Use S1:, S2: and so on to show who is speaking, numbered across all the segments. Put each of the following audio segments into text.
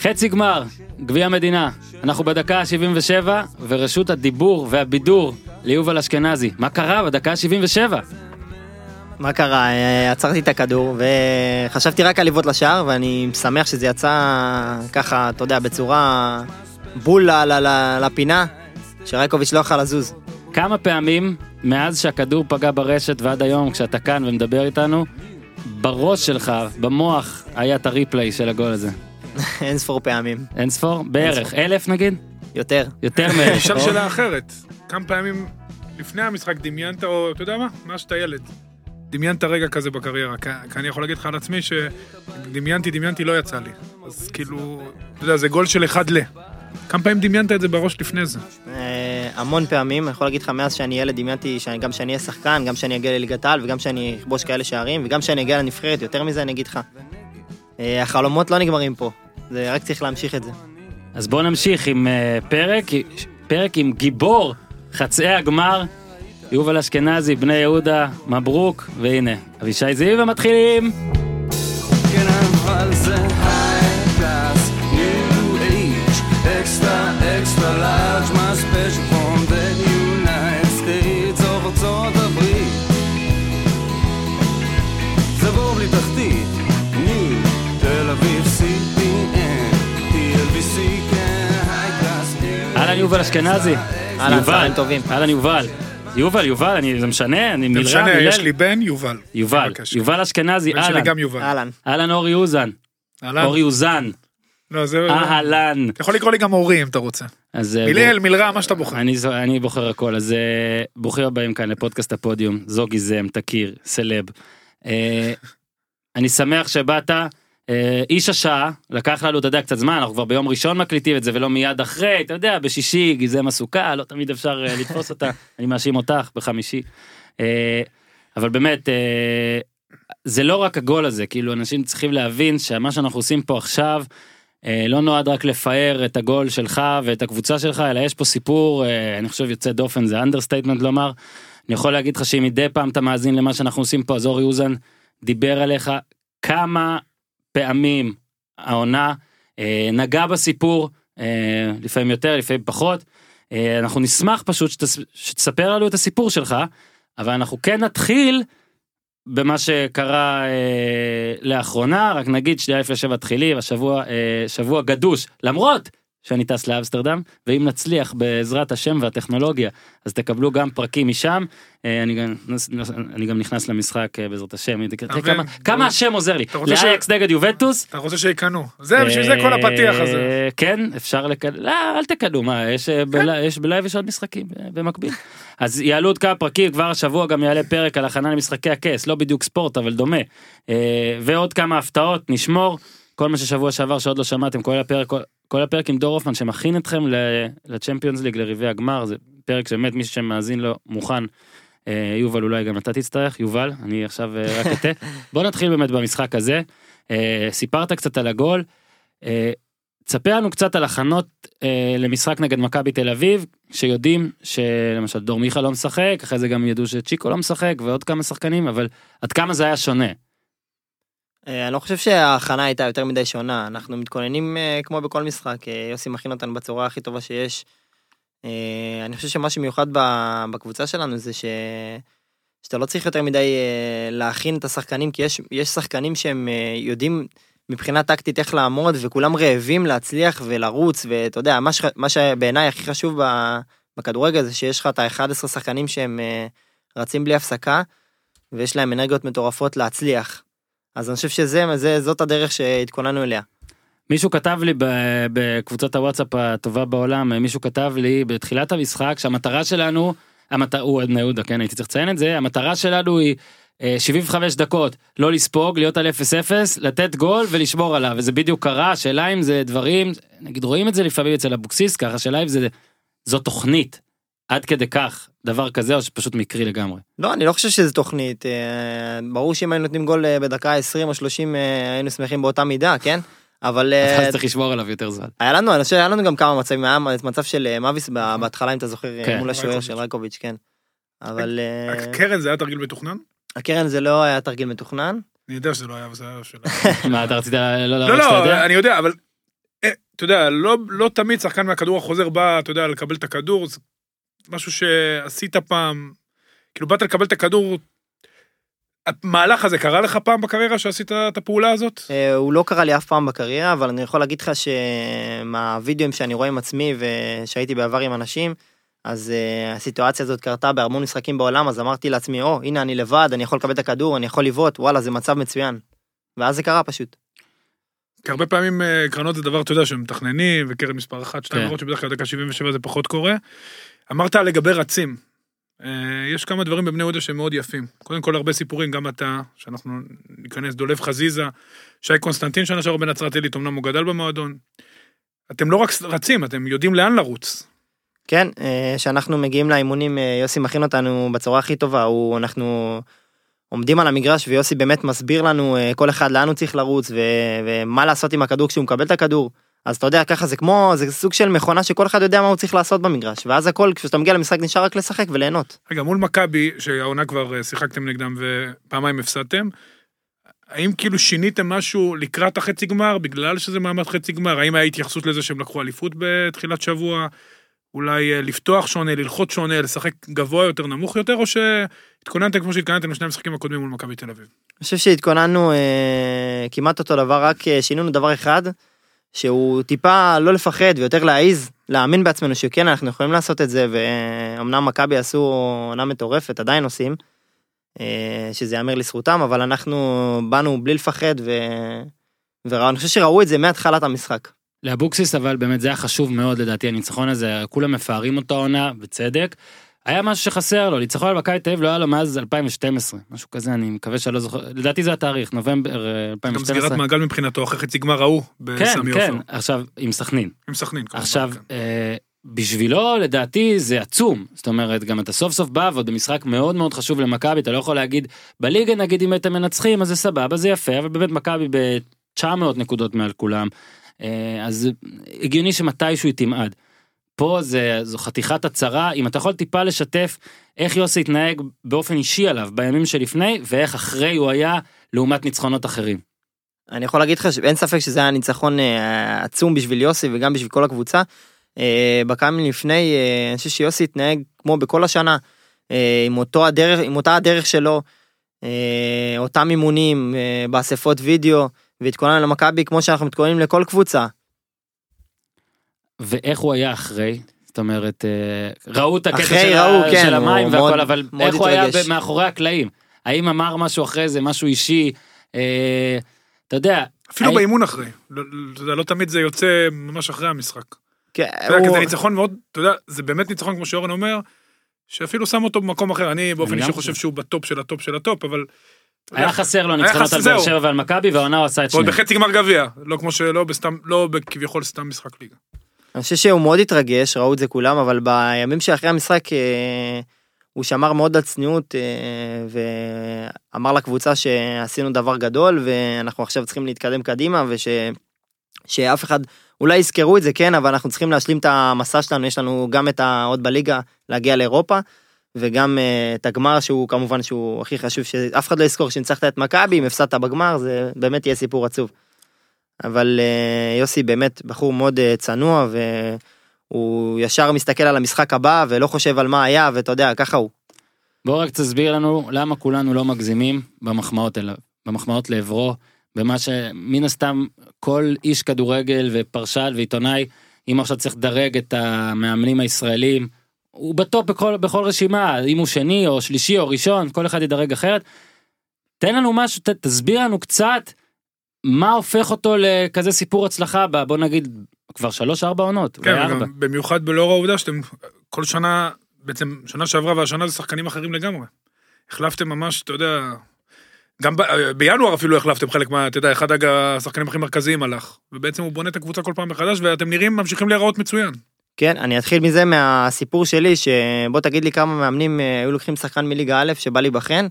S1: חצי גמר, גביע המדינה. אנחנו בדקה ה-77, ורשות הדיבור והבידור ליובל אשכנזי. מה קרה בדקה ה-77?
S2: מה קרה? עצרתי את הכדור, וחשבתי רק על לבעוט לשער, ואני שמח שזה יצא ככה, אתה יודע, בצורה בול לפינה, שרייקוביץ' לא יכול לזוז.
S1: כמה פעמים מאז שהכדור פגע ברשת ועד היום, כשאתה כאן ומדבר איתנו, בראש שלך, במוח, היה את הריפליי של הגול הזה?
S2: אין ספור פעמים.
S1: אין ספור? בערך 1,000 נגיד?
S2: יותר.
S1: יותר מ...
S3: אפשר שאלה אחרת. כמה פעמים לפני המשחק דמיינת, או אתה יודע מה שאתה ילד, דמיינת רגע כזה בקריירה, כי אני יכול להגיד לך על עצמי שדמיינתי לא יצא לי. אז כאילו, אתה יודע, זה גול של אחד ל. כמה פעמים דמיינת את זה בראש לפני זה?
S2: המון פעמים, אני יכול להגיד לך, מאז שאני ילד דמיינתי גם שאני אהיה שחקן, גם שאני אגיע לליגת העל, וגם שאני אכבוש כאלה שערים, וגם שאני אגיע לנבחרת, יותר מזה אני אגיד לך. החלומות לא נגמרים פה, זה רק צריך להמשיך את זה.
S1: אז בואו נמשיך עם פרק עם גיבור חצאי הגמר, יובל אשכנזי, בני יהודה, מברוק, והנה, אבישי זיו ומתחילים.
S4: כן, אבל זה high class, new age, extra large, my special from the United States of ארצות הברית. זה בור בלי תחתית, new, תל אביב, CPN, TLBC, כן, high class,
S1: אהלן יובל אשכנזי.
S2: אהלן, צהריים טובים.
S1: אהלן יובל. יובל, זה משנה, אני מילל.
S3: זה משנה, יש לי בן יובל.
S1: יובל אשכנזי,
S3: בן שלי גם יובל.
S2: אהלן.
S1: אהלן אורי יוזן. אורי יוזן.
S3: לא, זה...
S1: אהלן.
S3: אתה יכול לקרוא לי גם אורי אם אתה רוצה. מילרע, מה שאתה בוחר.
S1: אני בוחר הכל, אז ברוכים הבאים כאן לפודקאסט הפודיום, זוגי זם, תכיר, סלב. אני שמח שבאת, איש השעה, לקח לנו, אתה יודע, קצת זמן, אנחנו כבר ביום ראשון מקליטים את זה, ולא מיד אחרי, אתה יודע, בשישי, גיזם עסוקה, לא תמיד אפשר לתפוס אותה, אני מאשים אותך בחמישי. אבל באמת, זה לא רק הגול הזה, כאילו אנשים צריכים להבין שמה שאנחנו עושים פה עכשיו, לא נועד רק לפאר את הגול שלך ואת הקבוצה שלך, אלא יש פה סיפור, אני חושב יוצא דופן, זה אנדרסטייטמנט לומר, אני יכול להגיד לך שאם מדי פעם אתה מאזין למה שאנחנו עושים פה, אז אורי יוזן דיבר עליך כמה פעמים העונה, נגע בסיפור, לפעמים יותר, לפעמים פחות, אנחנו נשמח פשוט שתספר לנו את הסיפור שלך, אבל אנחנו כן נתחיל במה שקרה לאחרונה, רק נגיד שנייה לפני שמתחילים, השבוע שבוע גדוש, למרות שאני טס לאמסטרדם, ואם נצליח בעזרת השם והטכנולוגיה, אז תקבלו גם פרקים משם, אני גם נכנס למשחק בעזרת השם, כמה השם עוזר לי, לאייקס נגד יובנטוס.
S3: אתה רוצה שיקנו, זה בשביל זה כל הפתיח הזה.
S1: כן, אפשר לקנו, לא, אל תקנו, מה, יש בלייב יש עוד משחקים במקביל. אז יעלו עוד כמה פרקים, כבר השבוע גם יעלה פרק על הכנה למשחקי הכס, לא בדיוק ספורט, אבל דומה, ועוד כמה הפתעות, נשמור, כל מה ששבוע שעבר שעוד לא שמעתם, כל הפרק עם דור הופמן שמכין אתכם לצ'מפיונס ליג, לרבעי הגמר, זה פרק שבאמת מי שמאזין לו מוכן, יובל אולי גם אתה תצטרך, יובל, אני עכשיו רק אתה, בוא נתחיל באמת במשחק הזה, סיפרת קצת על הגול, תספר לנו קצת על הכנות למשחק נגד מכבי תל אביב, שיודעים שלמשל דור מיכה לא משחק, אחרי זה גם ידעו שצ'יקו לא משחק, ועוד כמה שחקנים, אבל עד כמה זה היה שונה?
S2: אני לא חושב שההכנה הייתה יותר מדי שונה, אנחנו מתכוננים כמו בכל משחק, יוסי מכין אותנו בצורה הכי טובה שיש, אני חושב שמה שמיוחד בקבוצה שלנו זה שאתה לא צריך יותר מדי להכין את השחקנים, כי יש שחקנים שהם יודעים מבחינה טקטית איך לעמוד, וכולם רעבים להצליח ולרוץ, ואתה יודע, מה שבעיניי הכי חשוב בכדורגל זה שיש לך את ה-11 שחקנים שהם רצים בלי הפסקה, ויש להם אנרגיות מטורפות להצליח. אז אני חושב שזאת הדרך שהתכוננו אליה.
S1: מישהו כתב לי בקבוצת הוואטסאפ הטובה בעולם, מישהו כתב לי בתחילת המשחק שהמטרה שלנו, הוא עד נעודה, כן, הייתי צריך לציין את זה, המטרה שלנו היא 75 דקות, לא לספוג, להיות על 0-0, לתת גול ולשמור עליו, וזה בדיוק קרה, השאלה אם זה דברים, נגיד רואים את זה לפעמים אצל אבוקסיס, ככה השאלה אם זו תוכנית, עד כדי כך, דבר כזה, או שפשוט מקרי לגמרי?
S2: לא, אני לא חושב שזה תוכנית, ברור שאם היינו נותנים גול בדקה 20 או 30, היינו שמחים באותה מידה, כן? אבל...
S1: אז צריך לשמור עליו יותר זמן.
S2: היה לנו גם כמה מצבים, היה מצב של מביס בהתחלה, אם אתה זוכר, מול השוער של רייקוביץ', כן. אבל...
S3: הקרן זה היה תרגיל מתוכנן?
S2: הקרן זה לא היה תרגיל מתוכנן.
S3: אני יודע שזה לא היה, וזה היה של...
S1: מה, אתה רצית
S3: לא, אני יודע, אבל אתה יודע, לא תמיד שחקן מהכדור החוזר בא, אתה יודע, לקבל את הכדור, זה משהו שעשית פעם, כאילו באת לקבל את הכדור, המהלך הזה קרה לך פעם בקריירה שעשית את הפעולה הזאת?
S2: הוא לא קרה לי אף פעם בקריירה, אבל אני יכול להגיד לך שמהווידאוים שאני רואה עם עצמי ושהייתי בעבר עם אנשים, אז הסיטואציה הזאת קרתה בהרמון משחקים בעולם, אז אמרתי לעצמי, הנה אני לבד, אני יכול לקבל את הכדור, אני יכול לבעוט, וואלה, זה מצב מצוין. ואז זה קרה פשוט.
S3: כי הרבה פעמים קרנות זה דבר, אתה יודע, שמתכננים, וקרן מספר 1, 2, למרות שבדרך כלל דקה 77 זה פחות קורה. אמרת לגבי רצים. יש כמה דברים בבני יהודה שהם מאוד יפים. קודם כל הרבה סיפורים, גם אתה, שאנחנו ניכנס, דולב חזיזה, שי קונסטנטין שנה שעבר בנצרת עילית, אמנם הוא גדל במועדון. אתם לא רק רצים, אתם יודעים לאן לרוץ.
S2: כן, שאנחנו מגיעים לאימונים, יוסי מכין אותנו בצורה הכי טובה, אנחנו עומדים על המגרש, ויוסי באמת מסביר לנו כל אחד לאן הוא צריך לרוץ, ומה לעשות עם הכדור כשהוא מקבל את הכדור. אז אתה יודע, ככה זה סוג של מכונה שכל אחד יודע מה הוא צריך לעשות במגרש, ואז הכל, כשאתה מגיע למשחק נשאר רק לשחק וליהנות.
S3: רגע, מול מכבי, שהעונה כבר שיחקתם נגדם ופעמיים הפסדתם, האם כאילו שיניתם משהו לקראת החצי גמר, בגלל שזה מעמד חצי גמר? האם היה התייחסות לזה שהם לקחו אליפות בתחילת שבוע? אולי לפתוח שונה, ללחוץ שונה, לשחק גבוה יותר, נמוך יותר, או שהתכוננתם כמו שהתכוננתם לשני המשחקים הקודמים מול מכבי תל אביב?
S2: אני חושב שהתכוננו כמעט אותו דבר, רק שינינו דבר אחד, שהוא טיפה לא לפחד ויותר להעיז, להאמין בעצמנו שכן, אנחנו יכולים לעשות את זה, ואומנם מכבי עשו עונה מטורפת, עדיין עושים, שזה יאמר לזכותם, אבל אנחנו באנו בלי לפחד, ואני חושב שראו את זה מהתחלת המשחק.
S1: לאבוקסיס, אבל באמת זה היה חשוב מאוד לדעתי, הניצחון הזה, כולם מפארים אותו עונה, בצדק. היה משהו שחסר לו, ניצחון על מכבי תל אביב לא היה לו מאז 2012, משהו כזה, אני מקווה שלא זוכר, לדעתי זה התאריך, נובמבר 2012.
S3: גם סגירת מעגל מבחינתו, אחרי חצי גמר ההוא, בסמי עופר.
S1: כן, עכשיו, עם סכנין.
S3: עם סכנין, כמובן.
S1: עכשיו, בשבילו, לדעתי, זה עצום, זאת אומרת, גם אתה סוף סוף בא, ועוד במשחק מאוד מאוד חשוב למכבי, אתה לא יכול להגיד, בליגה נגיד אם אתם מנצחים, אז זה סבבה, זה יפה, אבל באמת מכבי ב-900 נקודות מעל כולם, אז הגיוני שמתישהו תמעד. פה זו חתיכת הצרה, אם אתה יכול טיפה לשתף איך יוסי התנהג באופן אישי עליו בימים שלפני, ואיך אחרי הוא היה לעומת ניצחונות אחרים.
S2: אני יכול להגיד לך שאין ספק שזה היה ניצחון עצום בשביל יוסי וגם בשביל כל הקבוצה. בכמה לפני, אני חושב שיוסי התנהג כמו בכל השנה, עם אותה הדרך שלו, אותם אימונים, באספות וידאו, והתכונן למכבי כמו שאנחנו מתכוננים לכל קבוצה.
S1: ואיך הוא היה אחרי? זאת אומרת, ראו את הקטע של המים והכל, אבל איך הוא היה מאחורי הקלעים? האם אמר משהו אחרי זה, משהו אישי? אתה יודע...
S3: אפילו באימון אחרי. לא תמיד זה יוצא ממש אחרי המשחק.
S2: כן.
S3: זה ניצחון מאוד, אתה יודע, זה באמת ניצחון כמו שאורן אומר, שאפילו שם אותו במקום אחר. אני באופן אישי חושב שהוא בטופ של הטופ של הטופ, אבל...
S1: היה חסר לו ניצחונות על באר שבע ועל מכבי, והעונה הוא עשה את שניהם.
S3: עוד בחצי גמר גביע, לא כמו שלא, לא כביכול סתם משחק ליגה.
S2: אני חושב שהוא מאוד התרגש, ראו את זה כולם, אבל בימים שאחרי המשחק הוא שמר מאוד על צניעות, ואמר לקבוצה שעשינו דבר גדול, ואנחנו עכשיו צריכים להתקדם קדימה, שאף אחד, אולי יזכרו את זה, כן, אבל אנחנו צריכים להשלים את המסע שלנו, יש לנו גם את עוד בליגה להגיע לאירופה, וגם את הגמר שהוא כמובן שהוא הכי חשוב, שאף אחד לא יזכור שניצחת את מכבי, אם הפסדת בגמר, זה באמת יהיה סיפור עצוב. אבל יוסי באמת בחור מאוד צנוע, והוא ישר מסתכל על המשחק הבא, ולא חושב על מה היה, ואתה יודע, ככה הוא.
S1: בואו רק תסביר לנו, למה כולנו לא מגזימים במחמאות לעברו, במה שמן הסתם כל איש כדורגל ופרשל ועיתונאי, אם עכשיו צריך לדרג את המאמנים הישראלים, הוא בטופ בכל רשימה, אם הוא שני או שלישי או ראשון, כל אחד ידרג אחרת. תן לנו משהו, תסביר לנו קצת, מה הופך אותו לכזה סיפור הצלחה, בוא נגיד, כבר 3-4 עונות.
S3: כן, במיוחד בלאור העובדה שאתם כל שנה, בעצם שנה שעברה והשנה זה שחקנים אחרים לגמרי. החלפתם ממש, אתה יודע, גם בינואר אפילו החלפתם חלק מה, אתה יודע, אחד השחקנים הכי מרכזיים הלך, ובעצם הוא בונה את הקבוצה כל פעם מחדש, ואתם נראים, ממשיכים להיראות מצוין. כן,
S2: אני אתחיל מזה מהסיפור שלי, שבוא תגיד לי כמה מאמנים היו לוקחים שחקן מליגה א' שבא להיבחן,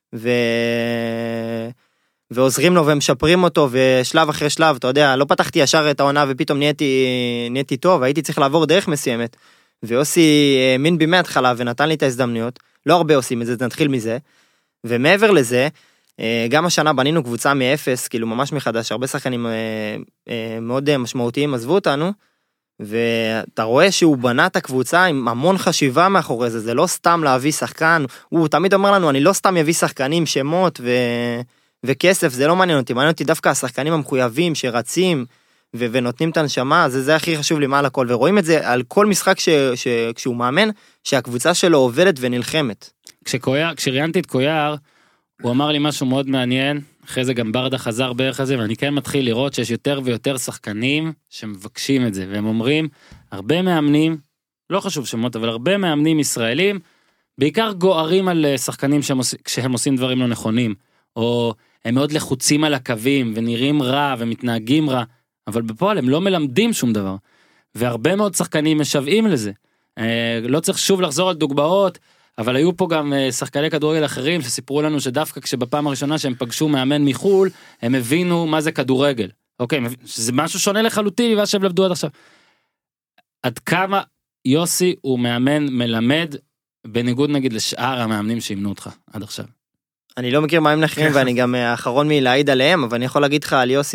S2: ועוזרים לו ומשפרים אותו, ושלב אחרי שלב, אתה יודע, לא פתחתי ישר את העונה, ופתאום נהייתי טוב, הייתי צריך לעבור דרך מסוימת, ויוסי האמין בי מההתחלה, ונתן לי את ההזדמנויות, לא הרבה עושים את זה, נתחיל מזה, ומעבר לזה, גם השנה בנינו קבוצה מאפס, כאילו ממש מחדש, הרבה שחקנים מאוד משמעותיים עזבו אותנו, ואתה רואה שהוא בנה את הקבוצה עם המון חשיבה מאחורי זה, זה לא סתם להביא שחקן, הוא תמיד אומר לנו, אני לא סתם יביא שחקנים, שמות וכסף, זה לא מעניין אותי, מעניין אותי דווקא השחקנים המחויבים שרצים, ונותנים את הנשמה, זה הכי חשוב לי מעל הכל, ורואים את זה על כל משחק כשהוא מאמן, שהקבוצה שלו עובדת ונלחמת.
S1: כשראיינתי את קויאר, הוא אמר לי משהו מאוד מעניין, אחרי זה גם ברדה חזר בערך הזה, ואני כן מתחיל לראות שיש יותר ויותר שחקנים שמבקשים את זה, והם אומרים, הרבה מאמנים, לא חשוב שמות, אבל הרבה מאמנים ישראלים, בעיקר גוערים על שחקנים כשהם עושים דברים לא נכונים, או הם מאוד לחוצים על הקווים, ונראים רע, ומתנהגים רע, אבל בפועל הם לא מלמדים שום דבר, והרבה מאוד שחקנים משוועים לזה, לא צריך שוב לחזור על דוגמאות, אבל היו פה גם שחקני כדורגל אחרים שסיפרו לנו שדווקא כשבפעם הראשונה שהם פגשו מאמן מחול, הם הבינו מה זה כדורגל. אוקיי, זה משהו שונה לחלוטין ממה שהם למדו עד עכשיו. עד כמה יוסי הוא מאמן מלמד, בניגוד נגיד לשאר המאמנים שאימנו אותך עד עכשיו?
S2: אני לא מכיר מאמנים אחרים ואני גם האחרון מלהעיד עליהם, אבל אני יכול להגיד לך על יוסי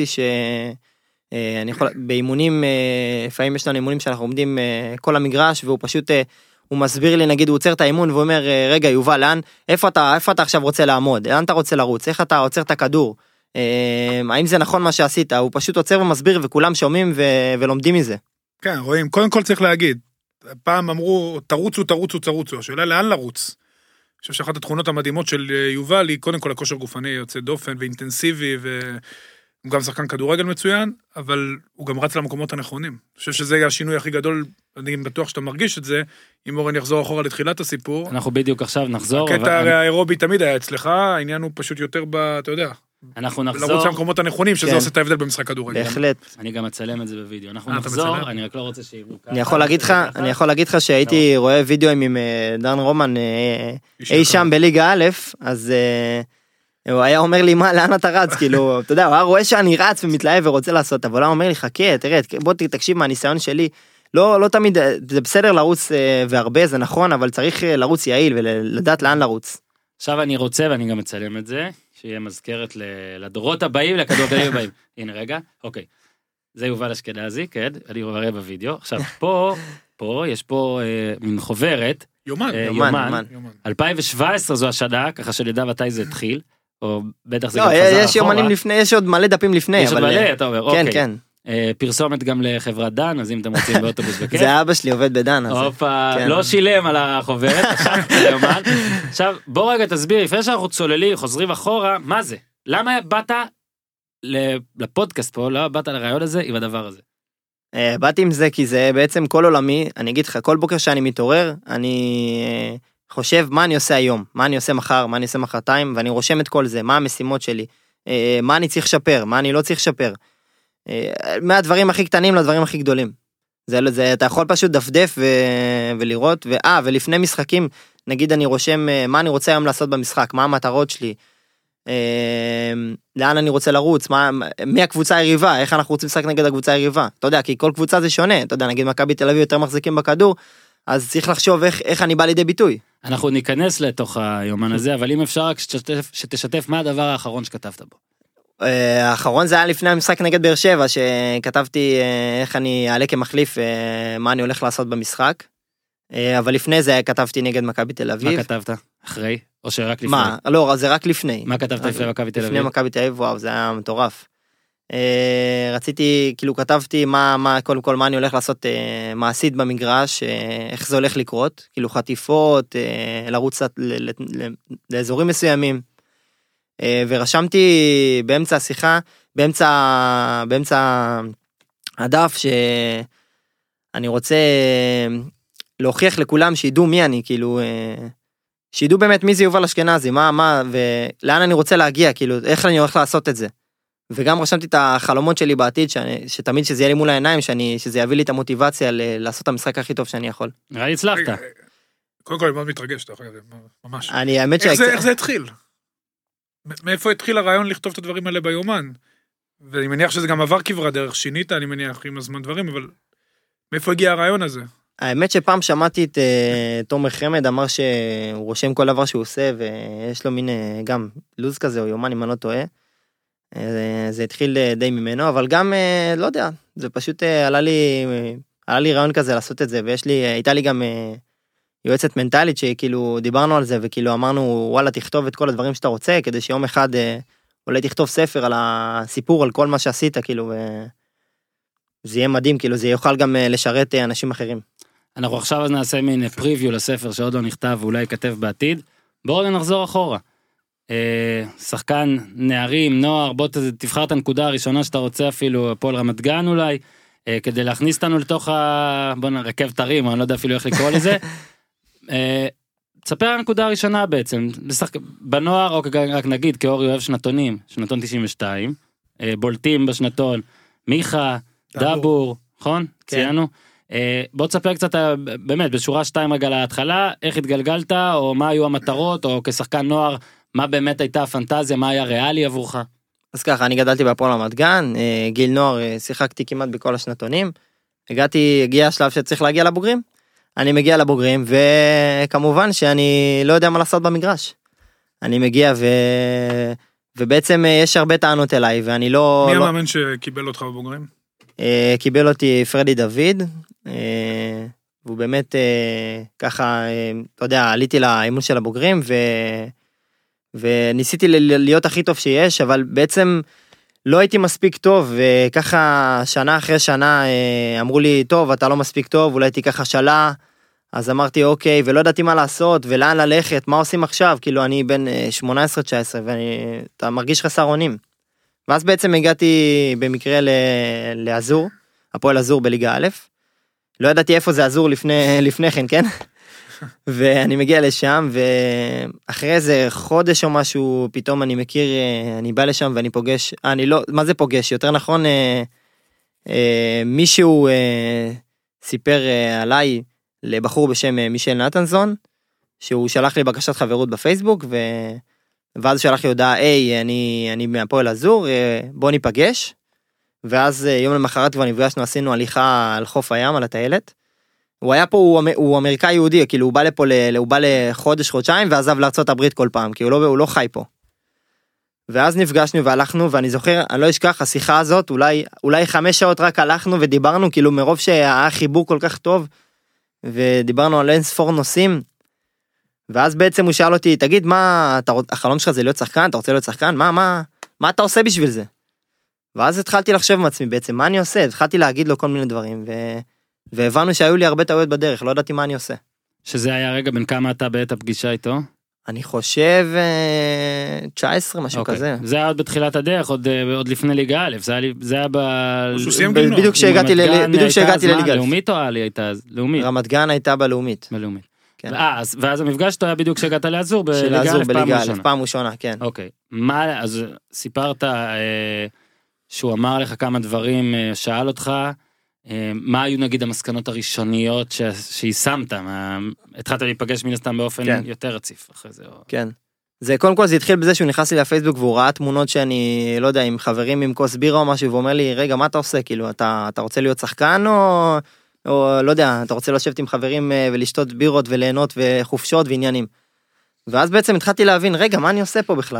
S2: באימונים, לפעמים יש לנו אימונים שאנחנו עומדים כל המגרש, והוא פשוט הוא מסביר לי, נגיד, הוא עוצר את האימון, והוא אומר, רגע, יובל, איפה אתה עכשיו רוצה לעמוד? לאן אתה רוצה לרוץ? איך אתה עוצר את הכדור? האם זה נכון מה שעשית? הוא פשוט עוצר ומסביר, וכולם שומעים ולומדים מזה.
S3: כן, רואים, קודם כל צריך להגיד, פעם אמרו, תרוצו, השאלה לאן לרוץ? אני חושב שאחת התכונות המדהימות של יובל, היא קודם כל הכושר גופני יוצא דופן ואינטנסיבי, הוא גם שחקן כדורגל מצוין, אבל הוא גם רץ למקומות הנכונים. אני חושב שזה השינוי הכי גדול, אני בטוח שאתה מרגיש את זה, אם אורן יחזור אחורה לתחילת הסיפור.
S1: אנחנו בדיוק עכשיו נחזור.
S3: הקטע האירובי תמיד היה אצלך, העניין הוא פשוט יותר אתה יודע,
S1: אנחנו נחזור.
S3: לרוץ למקומות הנכונים, שזה עושה את ההבדל במשחק כדורגל.
S2: בהחלט.
S1: אני גם אצלם את זה בווידאו. אנחנו נחזור, אני רק לא רוצה שיראו ככה.
S2: אני יכול להגיד לך שהייתי רואה וידאוים עם דן רומן אי שם בליגה א', אז הוא היה אומר לי, לאן אתה רץ? כאילו, אתה יודע, הוא היה רואה שאני רץ ומתלהב ורוצה לעשות, אבל הוא אומר לי, חכה, תראה, בוא תקשיב מהניסיון שלי, לא תמיד, זה בסדר לרוץ והרבה, זה נכון, אבל צריך לרוץ יעיל ולדעת לאן לרוץ.
S1: עכשיו אני רוצה, ואני גם אצלם את זה, שיהיה מזכרת לדורות הבאים, לכדורגלנים הבאים. הנה רגע, אוקיי. זה יובל אשכנזי, כן, אני רואה בווידאו. עכשיו, פה, יש פה מין חוברת.
S3: יומן.
S1: 2017 זו השנה, ככה שנדע מתי זה התחיל. או בטח זה
S2: לא,
S1: גם חזר אחורה.
S2: יש יומנים לפני, יש עוד מלא דפים לפני.
S1: יש עוד מלא, אתה אומר, אוקיי.
S2: כן.
S1: פרסומת גם לחברת דן, אז אם אתם רוצים באוטובוס בכיף.
S2: זה אבא שלי עובד בדן.
S1: הופה, לא שילם על החוברת, עכשיו בוא רגע תסביר, לפני שאנחנו צוללים, חוזרים אחורה, מה זה? למה באת לפודקאסט פה, לא באת לרעיון הזה עם הדבר הזה?
S2: באתי עם זה, כי זה בעצם כל עולמי, אני אגיד לך, כל בוקר שאני מתעורר, אני חושב מה אני עושה היום, מה אני עושה מחר, מה אני עושה מחרתיים, ואני רושם את כל זה, מה המשימות שלי, מה אני צריך לשפר, מה אני לא צריך לשפר, מהדברים הכי קטנים לדברים הכי גדולים. זה אתה יכול פשוט דפדף ולראות, ולפני משחקים, נגיד אני רושם מה אני רוצה היום לעשות במשחק, מה המטרות שלי, לאן אני רוצה לרוץ, מי הקבוצה היריבה, איך אנחנו רוצים לשחק נגד הקבוצה היריבה, אתה יודע, כי כל קבוצה זה שונה, אתה יודע, נגיד מכבי תל אביב יותר מחזיקים בכדור, אז צריך לחשוב איך אני בא לידי ביטוי.
S1: אנחנו ניכנס לתוך היומן הזה, אבל אם אפשר רק שתשתף מה הדבר האחרון שכתבת בו.
S2: האחרון זה היה לפני המשחק נגד באר שבע, שכתבתי איך אני אעלה כמחליף, מה אני הולך לעשות במשחק, אבל לפני זה כתבתי נגד מכבי תל אביב.
S1: מה כתבת? אחרי? או שרק לפני?
S2: מה? לא, זה רק לפני.
S1: מה כתבת לפני מכבי תל אביב?
S2: לפני מכבי תל אביב, וואו, זה היה מטורף. רציתי, כאילו כתבתי קודם כל מה אני הולך לעשות מעשית במגרש, איך זה הולך לקרות, כאילו חטיפות, לרוץ לאזורים מסוימים, ורשמתי באמצע השיחה, באמצע הדף, שאני רוצה להוכיח לכולם שידעו מי אני, כאילו, שידעו באמת מי זה יובל אשכנזי, ולאן אני רוצה להגיע, כאילו, איך אני הולך לעשות את זה. וגם רשמתי את החלומות שלי בעתיד, שתמיד שזה יהיה לי מול העיניים, שזה יביא לי את המוטיבציה לעשות את המשחק הכי טוב שאני יכול.
S1: נראה לי הצלחת.
S3: קודם כל, אני מאוד מתרגש, ממש.
S2: האמת
S3: איך זה התחיל? מאיפה התחיל הרעיון לכתוב את הדברים האלה ביומן? ואני מניח שזה גם עבר כברה דרך, שינית, אני מניח עם הזמן דברים, אבל מאיפה הגיע הרעיון הזה?
S2: האמת שפעם שמעתי את תומר חמד אמר שהוא רושם כל דבר שהוא עושה ויש לו מין גם לוז כזה או יומן אם אני לא טועה. זה התחיל די ממנו אבל גם לא יודע זה פשוט עלה לי רעיון כזה לעשות את זה הייתה לי גם יועצת מנטלית שכאילו דיברנו על זה וכאילו אמרנו וואלה תכתוב את כל הדברים שאתה רוצה כדי שיום אחד אולי תכתוב ספר על הסיפור על כל מה שעשית כאילו זה יהיה מדהים כאילו זה יוכל גם לשרת אנשים אחרים.
S1: אנחנו עכשיו אז נעשה מין פריוויו לספר שעוד לא נכתב ואולי ייכתב בעתיד. בואו נחזור אחורה. שחקן נערים, נוער, בוא תבחר את הנקודה הראשונה שאתה רוצה אפילו, הפועל רמת גן אולי, כדי להכניס אותנו לתוך בוא נרכב תרים, אני לא יודע אפילו איך לקרוא לזה. תספר הנקודה הראשונה בעצם, בנוער, או רק נגיד, כאורי אוהב שנתונים, שנתון 92, בולטים בשנתון, מיכה, דבור, נכון? ציינו. בוא תספר קצת, באמת, בשורה 2 רגע להתחלה, איך התגלגלת, או מה היו המטרות, או כשחקן נוער, מה באמת הייתה הפנטזיה, מה היה ריאלי עבורך?
S2: אז ככה, אני גדלתי בהפועל רמת גן, גיל נוער, שיחקתי כמעט בכל השנתונים, הגיע השלב שצריך להגיע לבוגרים, אני מגיע לבוגרים, וכמובן שאני לא יודע מה לעשות במגרש. אני מגיע ובעצם יש הרבה טענות אליי, ואני לא...
S3: מי המאמן שקיבל אותך בבוגרים?
S2: קיבל אותי פרדי דוד, והוא באמת ככה, אתה יודע, עליתי לאימון של הבוגרים, וניסיתי להיות הכי טוב שיש, אבל בעצם לא הייתי מספיק טוב, וככה שנה אחרי שנה אמרו לי, טוב, אתה לא מספיק טוב, אולי תיקח השאלה, אז אמרתי אוקיי, ולא ידעתי מה לעשות, ולאן ללכת, מה עושים עכשיו, כאילו אני בן 18-19, ואתה מרגיש חסר אונים. ואז בעצם הגעתי במקרה לאזור, הפועל אזור בליגה א', לא ידעתי איפה זה אזור לפני כן, כן? ואני מגיע לשם, ואחרי איזה חודש או משהו, פתאום אני מכיר, אני בא לשם ואני פוגש, אני לא, מה זה פוגש? יותר נכון, מישהו סיפר עליי לבחור בשם מישל נתנזון, שהוא שלח לי בקשת חברות בפייסבוק, ואז שלח לי הודעה, היי, אני מהפועל אזור, בוא ניפגש, ואז יום למחרת כבר נפגשנו, עשינו הליכה על חוף הים, על הטיילת, הוא היה פה, הוא אמריקאי יהודי, כאילו הוא בא לחודש, חודשיים, ועזב לארצות הברית כל פעם, כי הוא לא חי פה. ואז נפגשנו והלכנו, ואני זוכר, אני לא אשכח, השיחה הזאת, אולי 5 שעות רק הלכנו ודיברנו, כאילו מרוב שהיה חיבור כל כך טוב, ודיברנו על אין ספור נושאים, ואז בעצם הוא שאל אותי, תגיד, מה, החלום שלך זה להיות שחקן, אתה רוצה להיות שחקן? מה אתה עושה בשביל זה? ואז התחלתי לחשוב עם עצמי בעצם, מה אני עושה? התחלתי להגיד לו כל מיני דברים, והבנו שהיו לי הרבה טעויות בדרך, לא ידעתי מה אני עושה. שזה היה רגע בין כמה אתה בעת הפגישה איתו? אני חושב 19, משהו כזה. זה היה עוד בתחילת הדרך, עוד לפני ליגה א', זה היה בדיוק שהגעתי לליגה. לאומית או עלי הייתה אז? לאומית. רמת גן הייתה בלאומית. ואז המפגש אתה היה בדיוק שהגעת לאזור בליגה א', פעם ראשונה, כן. אוקיי. אז סיפרת שהוא אמר לך כמה דברים, שאל אותך, מה היו נגיד המסקנות הראשוניות שיישמת? התחלת להיפגש מן הסתם באופן יותר רציף אחרי זה? כן. זה קודם כל זה התחיל בזה שהוא נכנס לי לפייסבוק והוא ראה תמונות שאני לא יודע עם חברים עם כוס בירה או משהו ואומר לי רגע מה אתה עושה כאילו אתה רוצה להיות שחקן או לא יודע אתה רוצה לשבת עם חברים ולשתות בירות וליהנות וחופשות ועניינים. ואז בעצם התחלתי להבין רגע מה אני עושה פה בכלל.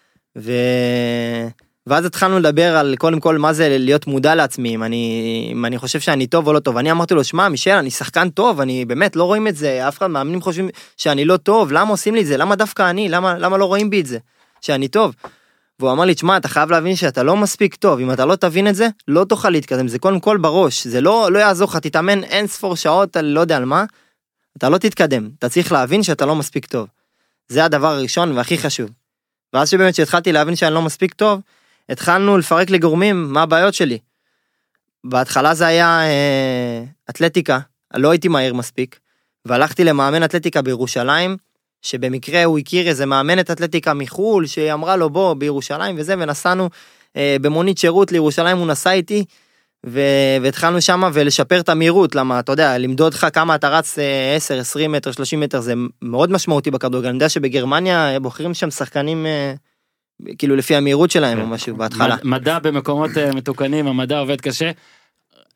S2: ואז התחלנו לדבר על קודם כל מה זה להיות מודע לעצמי, אם אני חושב שאני טוב או לא טוב, אני אמרתי לו, שמע מישל, אני שחקן טוב, אני באמת לא רואים את זה, אף אחד מאמנים חושבים שאני לא טוב, למה עושים לי את זה, למה דווקא אני, למה לא רואים בי את זה, שאני טוב, והוא אמר לי, שמע, אתה חייב להבין שאתה לא מספיק טוב, אם אתה לא תבין את זה, לא תוכל להתקדם, זה קודם כל בראש, זה לא יעזור לך, תתאמן אין ספור שעות, לא יודע על מה, אתה לא תתקדם, אתה צריך להבין שאתה לא מספיק טוב, זה הדבר הראשון והכי חשוב, ואז שבאמת שהתחלתי להבין שאני לא מספיק טוב, התחלנו לפרק לגורמים מה הבעיות שלי. בהתחלה זה היה אתלטיקה, לא הייתי מהיר מספיק, והלכתי למאמן אתלטיקה בירושלים, שבמקרה הוא הכיר איזה מאמנת אתלטיקה מחול, שאמרה לו בוא בירושלים וזה, ונסענו במונית שירות לירושלים, הוא נסע איתי, והתחלנו שם ולשפר את המהירות, למה אתה יודע, למדוד לך כמה אתה רץ 10, 20 מטר, 30 מטר, זה מאוד משמעותי בכדורגל, אני יודע שבגרמניה בוחרים שם שחקנים כאילו לפי המהירות שלהם או משהו בהתחלה.
S1: מדע במקומות מתוקנים, המדע עובד קשה.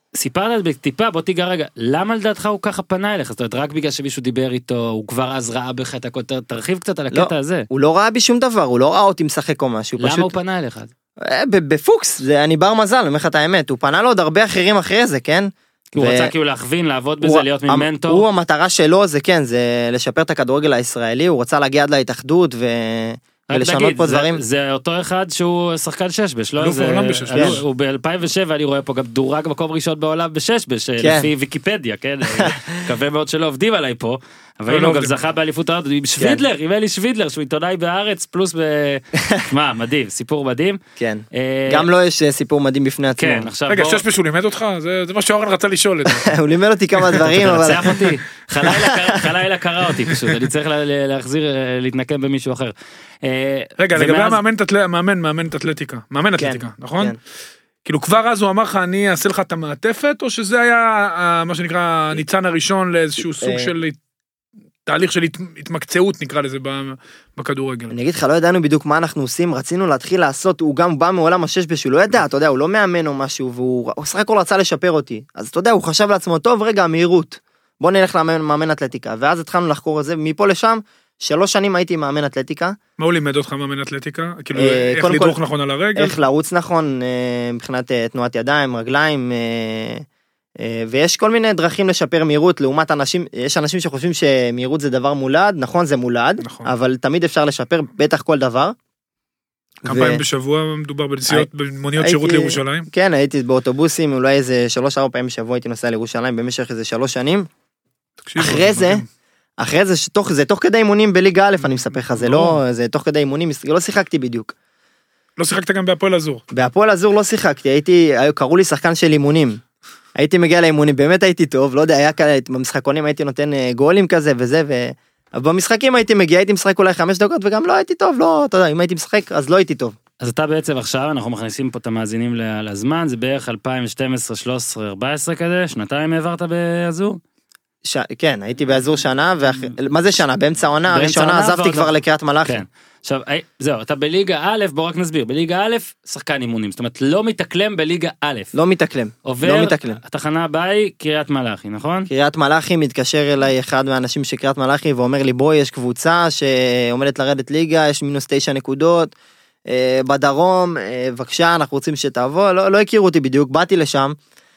S1: סיפרת בטיפה, בוא תיגע רגע, למה לדעתך הוא ככה פנה אליך? זאת אומרת, רק בגלל שמישהו דיבר איתו, הוא כבר אז ראה בך את הכותר, תרחיב קצת על הקטע הזה.
S2: הוא לא ראה בי שום דבר, הוא לא ראה אותי משחק או משהו.
S1: למה הוא פנה אליך?
S2: בפוקס, אני בר מזל, אני אומר לך את האמת, הוא פנה לו עוד הרבה אחרים אחרי זה, כן?
S1: הוא רצה כאילו להכווין, לעבוד בזה, להיות ממנטור.
S2: הוא המטרה שלו זה כן, זה לשפר את הכדורגל הישראלי, הוא רצה להגיע עד להתאחדות ולשנות פה דברים.
S1: זה אותו אחד שהוא שחקן ששבש, לא? הוא ב-2007, אני רואה פה גם דורג מקום ראשון בעולם בששבש, לפי ויקיפדיה, כן? מקווה מאוד שלא עובדים עליי פה, אבל הוא גם זכה באליפות העולם, עם שווידלר, עם אלי שווידלר, שהוא עיתונאי בארץ, פלוס מה, מדהים, סיפור מדהים.
S2: כן, גם לו יש סיפור מדהים בפני עצמו.
S3: רגע, ששבש הוא לימד אותך? זה מה שאורן רצה לשאול את זה.
S2: הוא לימד אותי כמה דברים, אבל...
S1: תרצח אותי, חלילה קרא אותי פשוט, אני צריך להחזיר, להתנקם במישהו אחר.
S3: רגע, לגבי מאמן אתלטיקה, נכון? כאילו כבר אז הוא אמר לך, אני אעשה לך את המעטפת, או שזה היה מה שנקרא הניצן הראשון לאיזשהו סוג של תהליך של התמקצעות נקרא לזה בכדורגל.
S2: אני אגיד לך, לא ידענו בדיוק מה אנחנו עושים, רצינו להתחיל לעשות, הוא גם בא מעולם הששבש, הוא לא ידע, אתה יודע, הוא לא מאמן או משהו, והוא סך הכל רצה לשפר אותי. אז אתה יודע, הוא חשב לעצמו, טוב, רגע, המהירות, בוא נלך למאמן אתלטיקה, ואז התחלנו לחקור את זה, מפה לשם, 3 שנים הייתי מאמן אתלטיקה.
S3: מה הוא לימד אותך מאמן אתלטיקה? כאילו, איך לדרוך נכון על הרגל?
S2: איך לרוץ נכון, מבחינת תנועת ידיים, רגליים, ויש כל מיני דרכים לשפר מהירות, לעומת אנשים, יש אנשים שחושבים שמהירות זה דבר מולד, נכון זה מולד, אבל תמיד אפשר לשפר בטח כל דבר.
S3: כמה פעמים בשבוע מדובר בנסיעות, במוניות שירות לירושלים?
S2: כן, הייתי באוטובוסים, אולי איזה 3-4 פעמים בשבוע הייתי נוסע לירושלים במשך איזה 3 שנים. אחרי זה, זה תוך כדי אימונים בליגה א', אני מספר לך, זה תוך כדי אימונים, לא שיחקתי בדיוק.
S3: לא שיחקת גם בהפועל אזור?
S2: בהפועל אזור לא שיחקתי, קראו לי שחקן של אימונים. הייתי מגיע לאימונים, באמת הייתי טוב, לא יודע, היה כאלה, במשחקונים הייתי נותן גולים כזה וזה, ובמשחקים הייתי מגיע, הייתי משחק אולי 5 דקות, וגם לא הייתי טוב, לא, אתה יודע, אם הייתי משחק, אז לא הייתי טוב.
S1: אז אתה בעצם עכשיו, אנחנו מכניסים פה את המאזינים לזמן, זה בערך 2012, 13, 14 כזה, 2 העברת באזור?
S2: כן, הייתי באזור שנה, מה זה שנה? באמצע העונה הראשונה עזבתי כבר לקריית מלאכי.
S1: עכשיו, זהו, אתה בליגה א', בוא רק נסביר, בליגה א', שחקן אימונים, זאת אומרת, לא מתקלם בליגה א'.
S2: לא מתקלם.
S1: עובר, התחנה הבאה היא קריית מלאכי, נכון?
S2: קריית מלאכי, מתקשר אליי אחד מהאנשים של קריית מלאכי, ואומר לי, בואי, יש קבוצה שעומדת לרדת ליגה, יש מינוס 9 נקודות, בדרום, בבקשה, אנחנו רוצים שתעבור, לא הכירו אותי בדיוק, באתי לשם,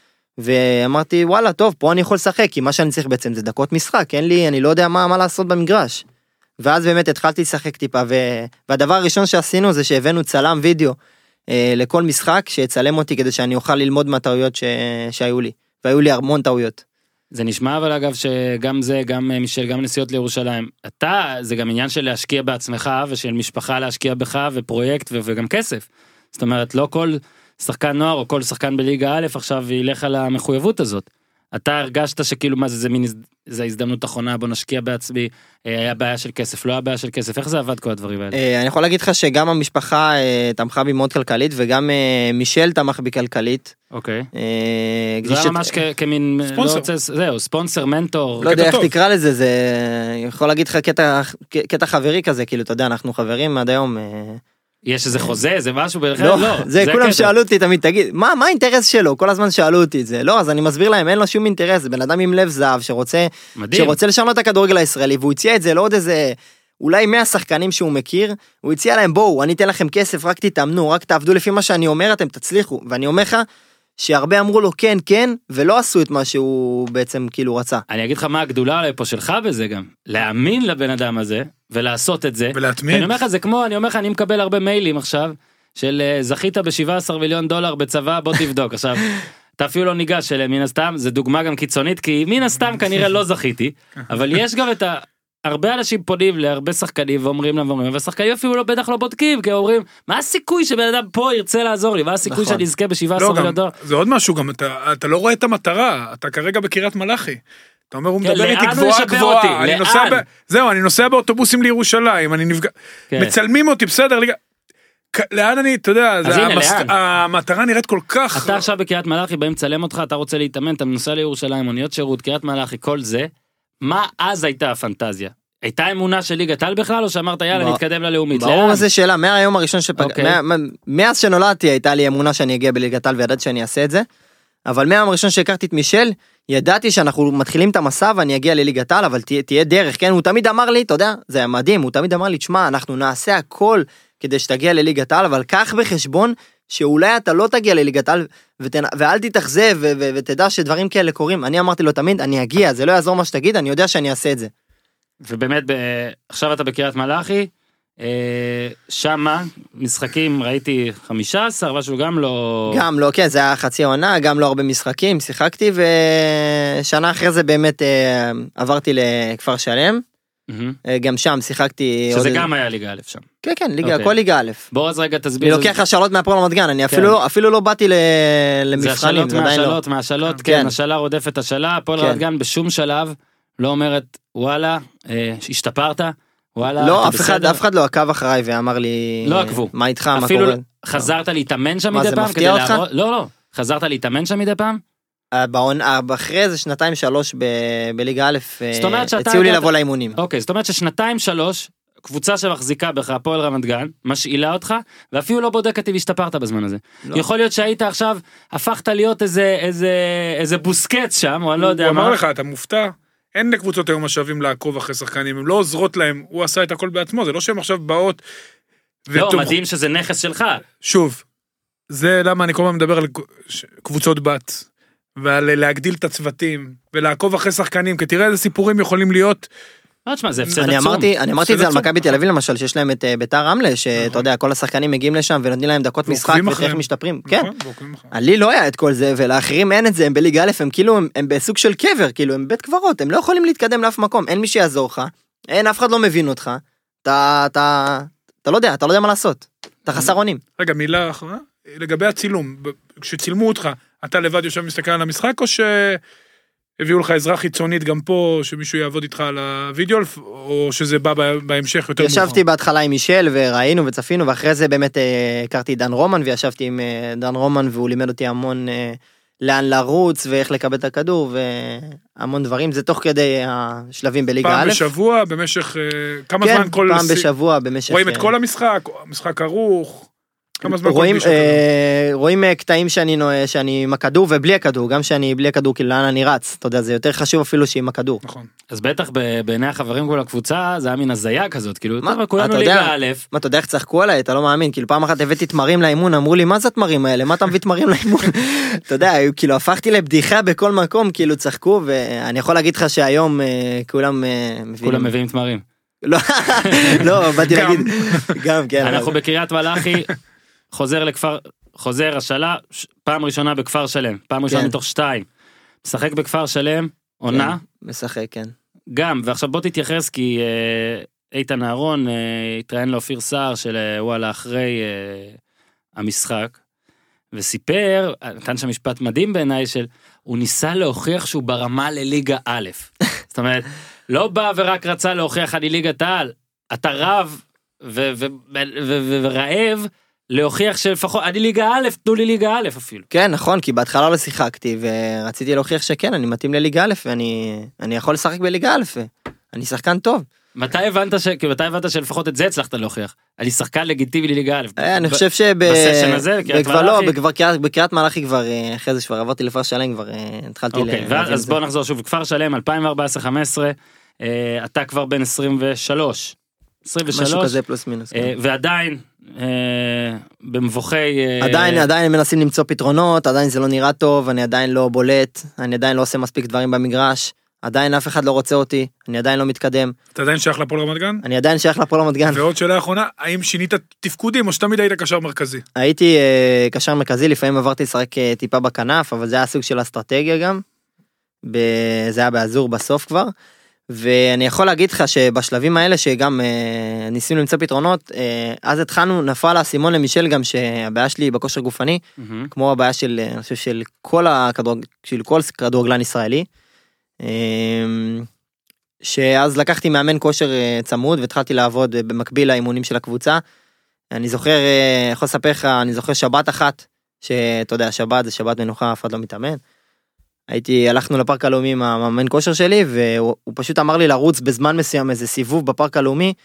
S2: ואמרתי, וואלה, טוב, פה אני יכול לשחק, כי מה שאני צריך בעצם זה דקות משחק, אני לא יודע מה לעשות במגרש. ואז באמת התחלתי לשחק טיפה, והדבר הראשון שעשינו זה שהבאנו צלם וידאו לכל משחק, שיצלם אותי כדי שאני אוכל ללמוד מהטעויות שהיו לי, והיו לי המון טעויות.
S1: זה נשמע אבל אגב שגם זה, גם מישל, גם נסיעות לירושלים, זה גם עניין של להשקיע בעצמך, ושל משפחה להשקיע בך, ופרויקט וגם כסף. זאת אומרת, לא כל שחקן נוער, או כל שחקן בליגה א', עכשיו ילך על המחויבות הזאת. אתה הרגשת שכאילו מה זה מין, זה הזדמנות אחרונה, בוא נשקיע בעצמי, היה בעיה של כסף, לא היה בעיה של כסף, איך זה עבד כל הדברים האלה?
S2: אני יכול להגיד לך שגם המשפחה תמכה בי מאוד כלכלית, וגם מישל תמך בי כלכלית.
S1: אוקיי. זה היה ממש כמין, זהו, ספונסר, מנטור.
S2: לא יודע איך תקרא לזה, זה יכול להגיד לך קטע חברי כזה, כאילו אתה יודע, אנחנו חברים עד היום.
S1: יש איזה חוזה, זה משהו,
S2: לא, זה כולם שאלו אותי תמיד, תגיד, מה האינטרס שלו? כל הזמן שאלו אותי את זה. לא, אז אני מסביר להם, אין לו שום אינטרס, זה בן אדם עם לב זהב, שרוצה לשנות את הכדורגל הישראלי, והוא הציע את זה לא עוד איזה, אולי 100 שחקנים שהוא מכיר, הוא הציע להם, בואו, אני אתן לכם כסף, רק תתאמנו, רק תעבדו לפי מה שאני אומר, אתם תצליחו. ואני אומר לך, שהרבה אמרו לו כן, כן, ולא עשו את מה שהוא בעצם כאילו רצה.
S1: אני אגיד לך מה הגדולה עליי פה שלך בזה גם, להאמין לבן אדם הזה, ולעשות את זה.
S3: ולהתמיד.
S1: אני אומר לך, זה כמו, אני אומר לך, אני מקבל הרבה מיילים עכשיו, של זכית ב$17 מיליון בצבא, בוא תבדוק. עכשיו, אתה אפילו לא ניגש אליהם, מן הסתם, זה דוגמה גם קיצונית, כי מן הסתם כנראה לא זכיתי, אבל יש גם את הרבה אנשים פונים להרבה שחקנים ואומרים להם, והשחקנים אפילו לא בטח לא בודקים, כי אומרים, מה הסיכוי שבן אדם פה ירצה לעזור לי? מה הסיכוי שאני אזכה ב$17 מיליון?
S3: זה עוד משהו, גם אתה לא רואה את המטרה, אתה כרגע בקריית מלאכי. אתה אומר, הוא מדבר איתי גבוהה, זהו, אני נוסע באוטובוסים לירושלים, מצלמים אותי, בסדר, לאן אני, אתה יודע, המטרה נראית כל כך...
S1: אתה עכשיו בקריית מלאכי, באים צלם אותך, אתה רוצה להתאמן, אתה נוסע לירושלים, מוניות שירות, קריית מלאכי, כל זה, מה אז הייתה הפנטזיה? הייתה אמונה של ליגת העל בכלל, או שאמרת, יאללה, נתקדם ללאומית?
S2: ברור מה זה שאלה, מהיום הראשון מאז שנולדתי הייתה לי אמונה שאני אגיע בליגת העל, וידעתי שאני אעשה את זה. אבל מהיום הראשון שהכרתי את מישל, ידעתי שאנחנו מתחילים את המסע ואני אגיע לליגת העל, אבל תהיה דרך, כן? הוא תמיד אמר לי, אתה יודע, זה היה מדהים, הוא תמיד אמר לי, תשמע, אנחנו נעשה הכל כדי שתגיע לליגת העל, אבל קח בחשבון שאולי אתה לא תגיע לליגת העל, ואל תתאכזב ותדע שדברים כאלה קורים. אני אמרתי לו תמיד, אני אגיע, זה לא יעזור מה שתגיד, אני יודע שאני אעשה את זה.
S1: ובאמת, עכשיו אתה בקריית מלאכי, שמה, משחקים, ראיתי 15, משהו גם לא...
S2: גם לא, כן, זה היה חצי עונה, גם לא הרבה משחקים, שיחקתי, ושנה אחרי זה באמת עברתי לכפר שלם, גם שם שיחקתי...
S1: שזה גם היה ליגה א' שם.
S2: כן, כן, הכל ליגה א'.
S1: בוא אז רגע תסביר.
S2: אני לוקח השאלות מהפועל רמת גן, אני אפילו לא באתי למבחנים,
S1: זה מהשאלות, כן, השאלה רודפת השאלה, הפועל רמת גן בשום שלב לא אומרת, וואלה, השתפרת, וואלה,
S2: לא, אף אחד לא עקב אחריי ואמר לי,
S1: לא עקבו.
S2: מה איתך, מה
S1: אפילו
S2: קורה?
S1: חזרת להתאמן שם מדי פעם?
S2: מה, זה מפתיע אותך?
S1: לא, חזרת להתאמן שם מדי פעם?
S2: אחרי זה 2-3 בליגה א',
S1: הציעו
S2: לי לבוא לאימונים.
S1: אוקיי, זאת אומרת ש2-3, קבוצה שמחזיקה בך, הפועל רמת גן, משאילה אותך, ואפילו לא בודקת אם השתפרת בזמן הזה. יכול להיות שהיית עכשיו, הפכת להיות איזה בוסקץ שם, או אני לא יודע מה.
S3: הוא אמר לך, אתה מופתע? אין לקבוצות היום משאבים לעקוב אחרי שחקנים, הם לא עוזרות להם, הוא עשה את הכל בעצמו, זה לא שהם עכשיו באות...
S1: לא, מדהים שזה נכס שלך.
S3: שוב, זה למה אני כל הזמן מדבר על קבוצות בת, ועל להגדיל את הצוותים, ולעקוב אחרי שחקנים, כי תראה איזה סיפורים יכולים להיות...
S1: זה הפסד עצום.
S2: אני אמרתי את זה על מכבי תל אביב למשל, שיש להם את ביתר רמלה, שאתה יודע, כל השחקנים מגיעים לשם ונותנים להם דקות משחק ואיך משתפרים. כן, לי לא היה את כל זה, ולאחרים אין את זה, הם בליגה א', הם כאילו, הם בסוג של קבר, כאילו, הם בית קברות, הם לא יכולים להתקדם לאף מקום, אין מי שיעזור לך, אין, אף אחד לא מבין אותך, אתה לא יודע מה לעשות, אתה חסר אונים.
S3: רגע, מילה אחרונה, לגבי הצילום, כשצילמו אותך, אתה לבד יושב מסתכל על המשחק, או הביאו לך עזרה חיצונית גם פה, שמישהו יעבוד איתך על הוידאו, או שזה בא בהמשך יותר מאוחר?
S2: ישבתי בהתחלה עם מישל, וראינו וצפינו, ואחרי זה באמת הכרתי דן רומן, וישבתי עם דן רומן, והוא לימד אותי המון לאן לרוץ, ואיך לקבל את הכדור, והמון דברים, זה תוך כדי השלבים בליגה א'.
S3: פעם בשבוע, במשך כמה זמן כל...
S2: כן, פעם בשבוע, במשך...
S3: רואים את כל המשחק, המשחק ערוך...
S2: רואים קטעים שאני עם הכדור ובלי הכדור, גם שאני בלי הכדור, כאילו לאן אני רץ, אתה יודע, זה יותר חשוב אפילו שעם הכדור.
S3: נכון.
S1: אז בטח בעיני החברים כל הקבוצה, זה היה מין הזיה כזאת, כאילו, כולנו ליגה א'.
S2: מה, אתה יודע איך צחקו עליי, אתה לא מאמין, כאילו פעם אחת הבאתי תמרים לאימון, אמרו לי, מה זה התמרים האלה, מה אתה מביא תמרים לאימון? אתה יודע, כאילו הפכתי לבדיחה בכל מקום, כאילו צחקו, ואני יכול להגיד לך שהיום כולם
S1: מביאים תמרים.
S2: לא, באתי להגיד, גם, כן.
S1: אנחנו בקריית מלאכי חוזר השאלה, פעם ראשונה בכפר שלם, פעם ראשונה מתוך 2, משחק בכפר שלם, עונה.
S2: משחק, כן.
S1: גם, ועכשיו בוא תתייחס, כי איתן אהרון התראיין לאופיר סער של וואלה אחרי המשחק, וסיפר, נתן שם משפט מדהים בעיניי, הוא ניסה להוכיח שהוא ברמה לליגה א', זאת אומרת, לא בא ורק רצה להוכיח אני ליגת העל, אתה רב ורעב, להוכיח שלפחות, אני ליגה א', תנו לי ליגה א' אפילו.
S2: כן, נכון, כי בהתחלה לא שיחקתי, ורציתי להוכיח שכן, אני מתאים לליגה א', ואני יכול לשחק בליגה א', אני שחקן טוב.
S1: מתי הבנת שלפחות את זה הצלחת להוכיח? אני שחקן לגיטימי לליגה א'.
S2: אני חושב
S1: בסשן הזה,
S2: בקריית מלאכי כבר, אחרי זה כבר עברתי לכפר שלם, כבר התחלתי
S1: אז בוא נחזור שוב, כפר שלם, 2014-15, אתה כבר בן 23.
S2: משהו כזה פלוס מינוס.
S1: ועדיין, במבוכי...
S2: עדיין מנסים למצוא פתרונות, עדיין זה לא נראה טוב, אני עדיין לא בולט, אני עדיין לא עושה מספיק דברים במגרש, עדיין אף אחד לא רוצה אותי, אני עדיין לא מתקדם.
S3: אתה עדיין שייך לפועל רמת גן?
S2: אני עדיין שייך לפועל רמת גן.
S3: ועוד שאלה האחרונה, האם שינית תפקודים או שתמיד היית קשר מרכזי?
S2: הייתי קשר מרכזי, לפעמים עברתי לשחק טיפה בכנף, אבל זה היה סוג של אסטרטגיה גם, זה היה באזור בסוף כבר, ואני יכול להגיד לך שבשלבים האלה שגם ניסינו למצוא פתרונות, אז נפל האסימון למישל גם שהבעיה שלי בכושר גופני, כמו הבעיה של, אני חושב, של כל כדורגלן ישראלי, שאז לקחתי מאמן כושר צמוד והתחלתי לעבוד במקביל לאימונים של הקבוצה. אני זוכר, יכול לספר לך, אני זוכר שבת אחת, שאתה יודע, שבת זה שבת מנוחה, אף אחד לא מתאמן. הלכנו לפארק הלאומי עם המאמן כושר שלי, והוא פשוט אמר לי לרוץ בזמן מסוים איזה סיבוב בפארק הלאומי,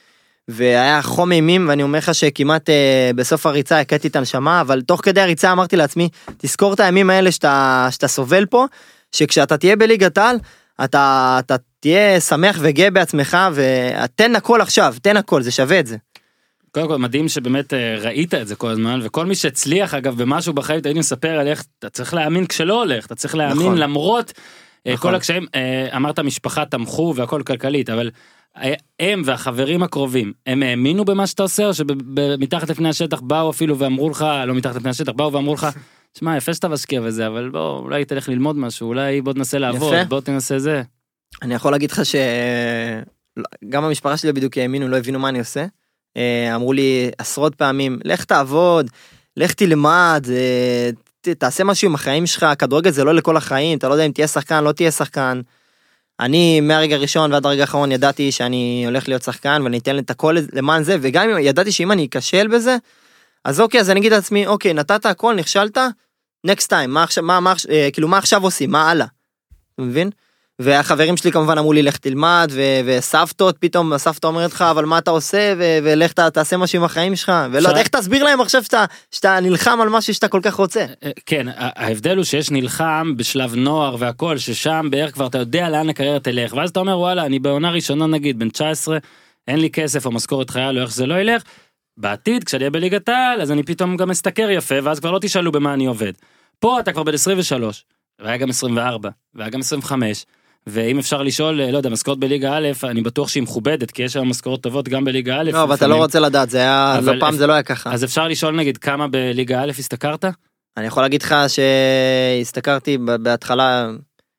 S2: והיה חום אימים, ואני אומר לך שכמעט בסוף הריצה הקטתי את הנשמה, אבל תוך כדי הריצה אמרתי לעצמי, תזכור את הימים האלה שאתה סובל פה, שכשאתה תהיה בליגת העל, אתה תהיה שמח וגאה בעצמך, ותן הכל עכשיו, תן הכל, זה שווה את זה.
S1: קודם כל מדהים שבאמת ראית את זה כל הזמן, וכל מי שהצליח אגב במשהו בחיים, הייתי מספר על איך אתה צריך להאמין כשלא הולך, אתה צריך להאמין למרות כל הקשיים, אמרת משפחה תמכו והכל כלכלית, אבל הם והחברים הקרובים, הם האמינו במה שאתה עושה, או שמתחת לפני השטח באו אפילו ואמרו לך, לא מתחת לפני השטח, באו ואמרו לך, תשמע, יפה שאתה משקיע בזה, אבל בוא, אולי תלך ללמוד משהו, אולי בוא תנסה לעבוד, בוא תנסה זה.
S2: אני יכול להגיד לך שגם המשפחה שלי בדיוק האמינו, לא הבינו מה אני עושה. אמרו לי עשרות פעמים, לך תעבוד, לך תלמד, תעשה משהו עם החיים שלך, כדורגל זה לא לכל החיים, אתה לא יודע אם תהיה שחקן, לא תהיה שחקן. אני מהרגע הראשון ועד הרגע האחרון ידעתי שאני הולך להיות שחקן, ואני אתן את הכל למען זה, וגם ידעתי שאם אני אכשל בזה, אז אוקיי, אז אני אגיד לעצמי, אוקיי, נתת הכל, נכשלת, next time, מה עכשיו עושים, מה הלאה? אתה מבין? והחברים שלי כמובן אמרו לי, לך תלמד, וסבתות, פתאום הסבתא אומרת לך, אבל מה אתה עושה, ולך תעשה משהו עם החיים שלך, ולא יודע איך תסביר להם עכשיו שאתה נלחם על משהו שאתה כל כך רוצה.
S1: כן, ההבדל הוא שיש נלחם בשלב נוער והכל, ששם בערך כבר אתה יודע לאן הקריירה תלך, ואז אתה אומר, וואלה, אני בעונה ראשונה נגיד, בן 19, אין לי כסף או משכורת חייל, או איך זה לא ילך, בעתיד, כשאני אהיה בליגת העל, אז אני פתאום גם אסתכר יפה, ואז כבר לא תשאלו במה אני עובד. פה אתה כבר בן 23, והיה גם 24, והיה גם 25, ואם אפשר לשאול, לא יודע, משכורת בליגה א', אני בטוח שהיא מכובדת, כי יש היום משכורות טובות גם בליגה א'.
S2: לא, אבל אתה לא רוצה לדעת, זה היה, לא פעם זה לא היה ככה.
S1: אז אפשר לשאול נגיד, כמה בליגה א' הסתכרת?
S2: אני יכול להגיד לך שהסתכרתי בהתחלה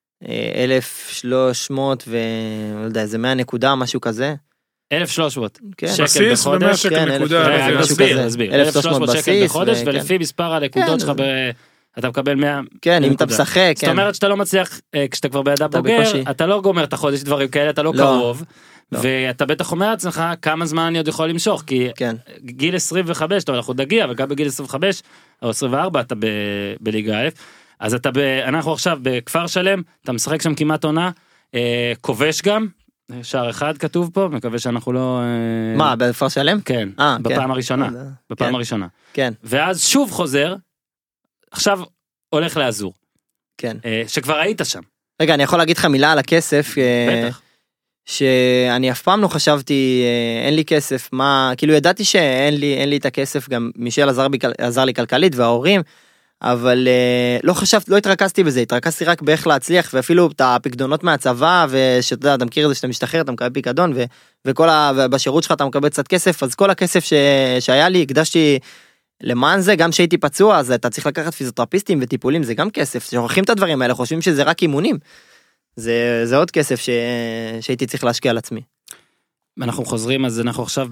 S2: 1,300 ולא יודע, איזה 100 נקודה, משהו כזה.
S1: 1,300 שקל
S3: בסיס
S1: בחודש.
S3: ו100 שקל נקודה.
S1: תסביר, 1,300 שקל בחודש, ולפי מספר הנקודות שלך אתה מקבל 100.
S2: כן, אם אתה משחק.
S1: זאת אומרת שאתה לא מצליח, כשאתה כבר בידה בוגר, אתה לא גומר את החודש דברים כאלה, אתה לא קרוב, ואתה בטח אומר לעצמך כמה זמן אני עוד יכול למשוך, כי גיל 25, טוב, אנחנו נגיע, וגם בגיל 25 או 24 אתה בליגה א', אז אנחנו עכשיו בכפר שלם, אתה משחק שם כמעט עונה, כובש גם, שער אחד כתוב פה, מקווה שאנחנו לא...
S2: מה, בכפר שלם?
S1: כן, בפעם הראשונה, בפעם הראשונה.
S2: כן.
S1: ואז שוב חוזר, עכשיו הולך לעזור.
S2: כן.
S1: שכבר היית שם.
S2: רגע, אני יכול להגיד לך מילה על הכסף.
S1: בטח.
S2: שאני אף פעם לא חשבתי, אין לי כסף, מה, כאילו ידעתי שאין לי את הכסף, גם מישל עזר לי כלכלית וההורים, אבל לא חשבתי, לא התרכזתי בזה, התרכזתי רק באיך להצליח, ואפילו את הפקדונות מהצבא, ושאתה יודע, אתה מכיר את זה שאתה משתחרר, אתה מקבל פיקדון, ובשירות שלך אתה מקבל קצת כסף, אז כל הכסף שהיה לי, הקדשתי למען זה, גם שהייתי פצוע, אז אתה צריך לקחת פיזיותרפיסטים וטיפולים, זה גם כסף, שוכחים את הדברים האלה, חושבים שזה רק אימונים. זה עוד כסף שהייתי צריך להשקיע על עצמי.
S1: אנחנו חוזרים, אז אנחנו עכשיו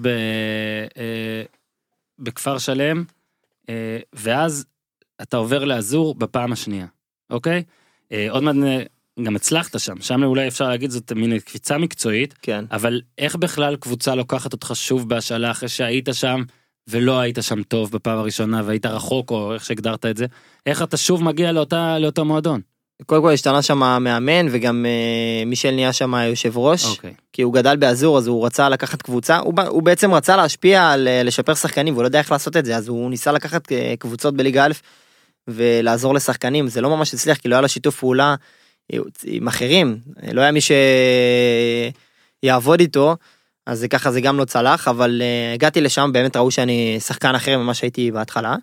S1: בכפר שלם, ואז אתה עובר לעזור בפעם השנייה, אוקיי? עוד מעט גם הצלחת שם אולי אפשר להגיד זאת מין קפיצה מקצועית,
S2: כן. אבל
S1: איך בכלל קבוצה לוקחת אותך שוב בהשאלה אחרי שהיית שם, ולא היית שם טוב בפעם הראשונה, והיית רחוק, או איך שהגדרת את זה, איך אתה שוב מגיע לאותו מועדון?
S2: קודם כל השתנה שם מאמן, וגם מישל נהיה שם היושב ראש, כי הוא גדל באזור, אז הוא רצה לקחת קבוצה, הוא בעצם רצה להשפיע על לשפר שחקנים, והוא לא יודע איך לעשות את זה, אז הוא ניסה לקחת קבוצות בליגה א', ולעזור לשחקנים, זה לא ממש הצליח, כי לא היה לו שיתוף פעולה עם אחרים, לא היה מי שיעבוד איתו, אז ככה זה גם לא צלח, אבל הגעתי לשם, באמת ראו שאני שחקן אחר ממה שהייתי בהתחלה,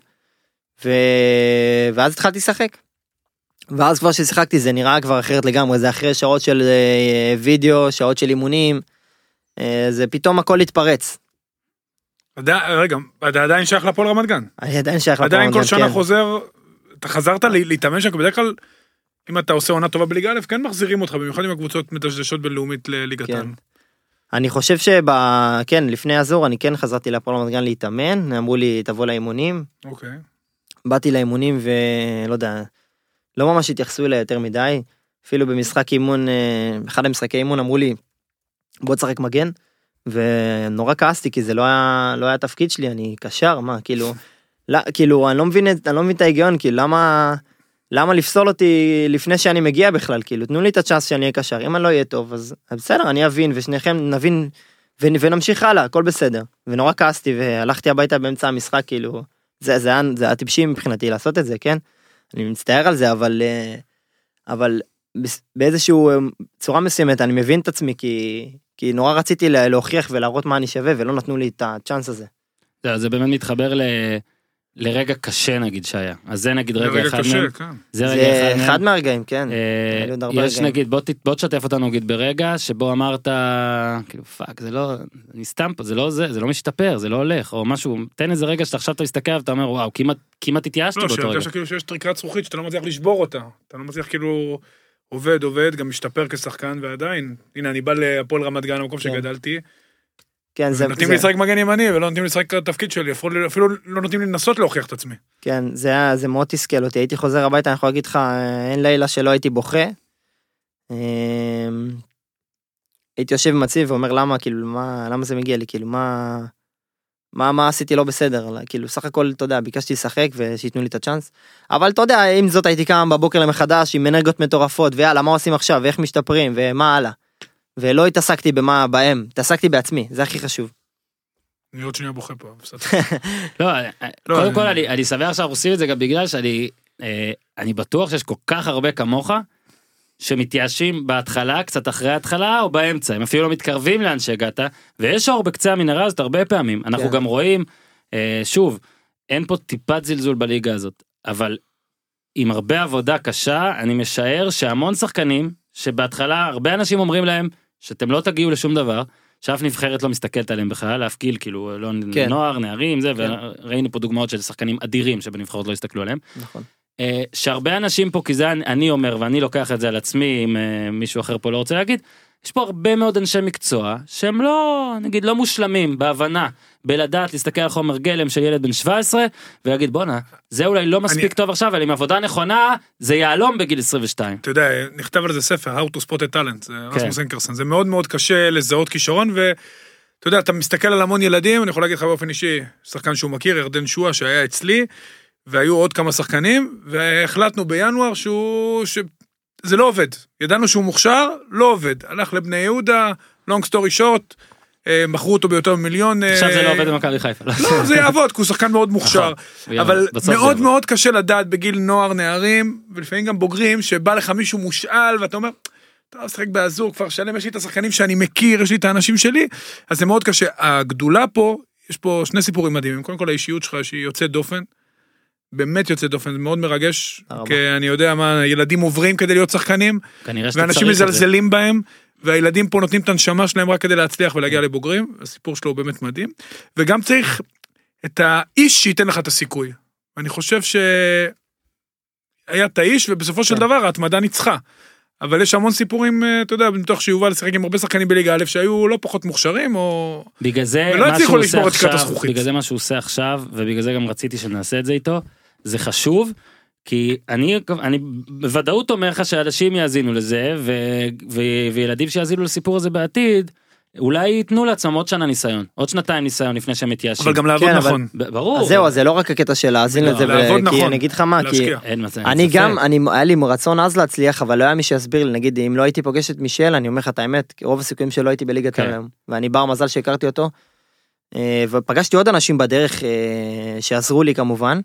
S2: ואז התחלתי לשחק. ואז כבר ששיחקתי זה נראה כבר אחרת לגמרי, זה אחרי שעות של וידאו, שעות של אימונים, זה פתאום הכל התפרץ.
S3: רגע, אתה עדיין שייך לפועל רמת גן?
S2: אני עדיין שייך לפועל רמת גן,
S3: עדיין כל שנה חוזר, אתה חזרת להתאמן, בדרך כלל, אם אתה עושה עונה טובה בליגה א', כן מחזירים אותך, במיוחד עם הקבוצות מדשדשות בינלאומית לליגת העל.
S2: אני חושב כן, לפני הזור, אני כן חזרתי לפועל רמת גן להתאמן, אמרו לי, תבוא לאימונים.
S3: אוקיי.
S2: באתי לאימונים ולא יודע, לא ממש התייחסו אליי יותר מדי, אפילו במשחק אימון, אחד המשחקי אימון אמרו לי, בוא תשחק מגן, ונורא כעסתי, כי זה לא היה תפקיד שלי, אני קשר, מה, כאילו, אני לא מבין את ההיגיון, כאילו, למה לפסול אותי לפני שאני מגיע בכלל, כאילו, תנו לי את הצ'אנס שאני אהיה קשר, אם אני לא אהיה טוב, אז בסדר, אני אבין, ושניכם נבין ונמשיך הלאה, הכל בסדר. ונורא כעסתי, והלכתי הביתה באמצע המשחק, כאילו, זה היה טיפשי מבחינתי לעשות את זה, כן? אני מצטער על זה, אבל באיזשהו צורה מסוימת, אני מבין את עצמי, כי נורא רציתי להוכיח ולהראות מה אני שווה, ולא נתנו לי את הצ'אנס הזה.
S1: זה באמת מתחבר לרגע קשה נגיד שהיה. אז זה נגיד רגע אחד מהם.
S2: זה אחד מהרגעים, כן.
S1: יש נגיד, בוא תשתף אותנו נגיד ברגע שבו אמרת, כאילו פאק, זה לא, אני סתם פה, זה לא משתפר, זה לא הולך, או משהו, תן איזה רגע שאתה עכשיו אתה מסתכל ואתה אומר, וואו, כמעט התייאשתי באותו רגע.
S3: לא, שכאילו שיש תריקת זכוכית שאתה לא מצליח לשבור אותה. אתה לא מצליח כאילו עובד, גם משתפר כשחקן ועדיין. הנה, אני בא להפועל רמת גן, המקום שגדלתי.
S2: כן,
S3: נותנים לי לשחק מגן ימני, ולא נותנים לי לשחק את התפקיד שלי, אפילו לא נותנים לי לנסות להוכיח את עצמי.
S2: כן, זה מאוד תסכל אותי, הייתי חוזר הביתה, אני יכול להגיד לך, אין לילה שלא הייתי בוכה. הייתי יושב במצב ואומר למה, כאילו, למה זה מגיע לי, כאילו, מה עשיתי לא בסדר, כאילו, סך הכל, אתה יודע, ביקשתי לשחק ושיתנו לי את הצ'אנס, אבל אתה יודע, אם זאת הייתי קם בבוקר למחדש, עם אנרגיות מטורפות, ויאללה, מה עושים עכשיו, ואיך משתפרים, ומה הלאה. ולא התעסקתי בהם, התעסקתי בעצמי, זה הכי חשוב.
S3: אני עוד שנייה בוכה פה.
S1: לא, קודם כל אני שמח שאנחנו עושים את זה גם בגלל שאני בטוח שיש כל כך הרבה כמוך, שמתייאשים בהתחלה, קצת אחרי ההתחלה או באמצע, הם אפילו לא מתקרבים לאן שהגעת, ויש אור בקצה המנהרה הזאת הרבה פעמים, אנחנו גם רואים, שוב, אין פה טיפת זלזול בליגה הזאת, אבל עם הרבה עבודה קשה, אני משער שהמון שחקנים, שבהתחלה הרבה אנשים אומרים להם, שאתם לא תגיעו לשום דבר, שאף נבחרת לא מסתכלת עליהם בכלל, להפקיל, כאילו, לא נוער, נערים, זה, וראינו פה דוגמאות של שחקנים אדירים, שבנבחרות לא הסתכלו עליהם.
S2: נכון.
S1: שהרבה אנשים פה, כי זה אני אומר, ואני לוקח את זה על עצמי, אם מישהו אחר פה לא רוצה להגיד, יש פה הרבה מאוד אנשי מקצוע, שהם לא, נגיד, לא מושלמים, בהבנה, בלדעת להסתכל על חומר גלם של ילד בן 17, ולהגיד, בונה, זה אולי לא מספיק טוב עכשיו, אבל עם עבודה נכונה, זה יעלום בגיל 22.
S3: אתה יודע, נכתב על זה ספר, How to Spot a Talent, זה רסמוס אנקרסן, זה מאוד מאוד קשה לזהות כישרון, ואתה יודע, אתה מסתכל על המון ילדים, אני יכול להגיד לך באופן אישי, שחקן שהוא מכיר, ירדן שואה, שהיה אצלי, והיו עוד כמה שחקנים, והחלטנו בינואר זה לא עובד. ידענו שהוא מוכשר, לא עובד. הלך לבני יהודה, long story short, מכרו אותו ביותר מיליון.
S1: עכשיו זה לא עובד במכבי חיפה.
S3: לא, זה יעבוד, כי הוא שחקן מאוד מוכשר. אבל מאוד מאוד קשה לדעת בגיל נוער, נערים, ולפעמים גם בוגרים, שבא לך מישהו מושאל, ואתה אומר, אתה משחק באזור, כפר שלם, יש לי את השחקנים שאני מכיר, יש לי את האנשים שלי, אז זה מאוד קשה. הגדולה פה, יש פה שני סיפורים מדהימים. קודם כל, האישיות שלך שהיא יוצאת דופן, באמת יוצא דופן, זה מאוד מרגש, כי אני יודע מה ילדים עוברים כדי להיות שחקנים, ואנשים מזלזלים בהם, והילדים פה נותנים את הנשמה שלהם רק כדי להצליח ולהגיע לבוגרים, הסיפור שלו הוא באמת מדהים, וגם צריך את האיש שייתן לך את הסיכוי, ואני חושב שהיה את האיש, ובסופו של דבר ההתמדה ניצחה, אבל יש המון סיפורים, אתה יודע, מתוך שיובל לשחק עם הרבה שחקנים בליגה א' שהיו לא פחות מוכשרים, או... ולא הצליחו לשבור את תקרת הזכוכית.
S1: בגלל זה מה שהוא עושה עכשיו, ובגלל זה גם רציתי שנעשה את זה איתו, זה חשוב, כי אני בוודאות אומר לך שאנשים יאזינו לזה, וילדים שיאזינו לסיפור הזה בעתיד, אולי ייתנו לעצמם עוד שנה ניסיון, עוד שנתיים ניסיון לפני שהם מתייאשים.
S3: אבל גם לעבוד נכון.
S1: ברור.
S2: אז זהו, זה לא רק הקטע של להאזין לזה, כי אני אגיד לך מה, כי אני גם, היה לי רצון אז להצליח, אבל לא היה מי שיסביר לי, נגיד, אם לא הייתי פוגש את מישל, אני אומר לך את האמת, רוב הסיכויים שלא הייתי בליגת העל, ואני בר מזל שהכרתי אותו, ופגשתי עוד אנשים בדרך שעזרו לי כמובן,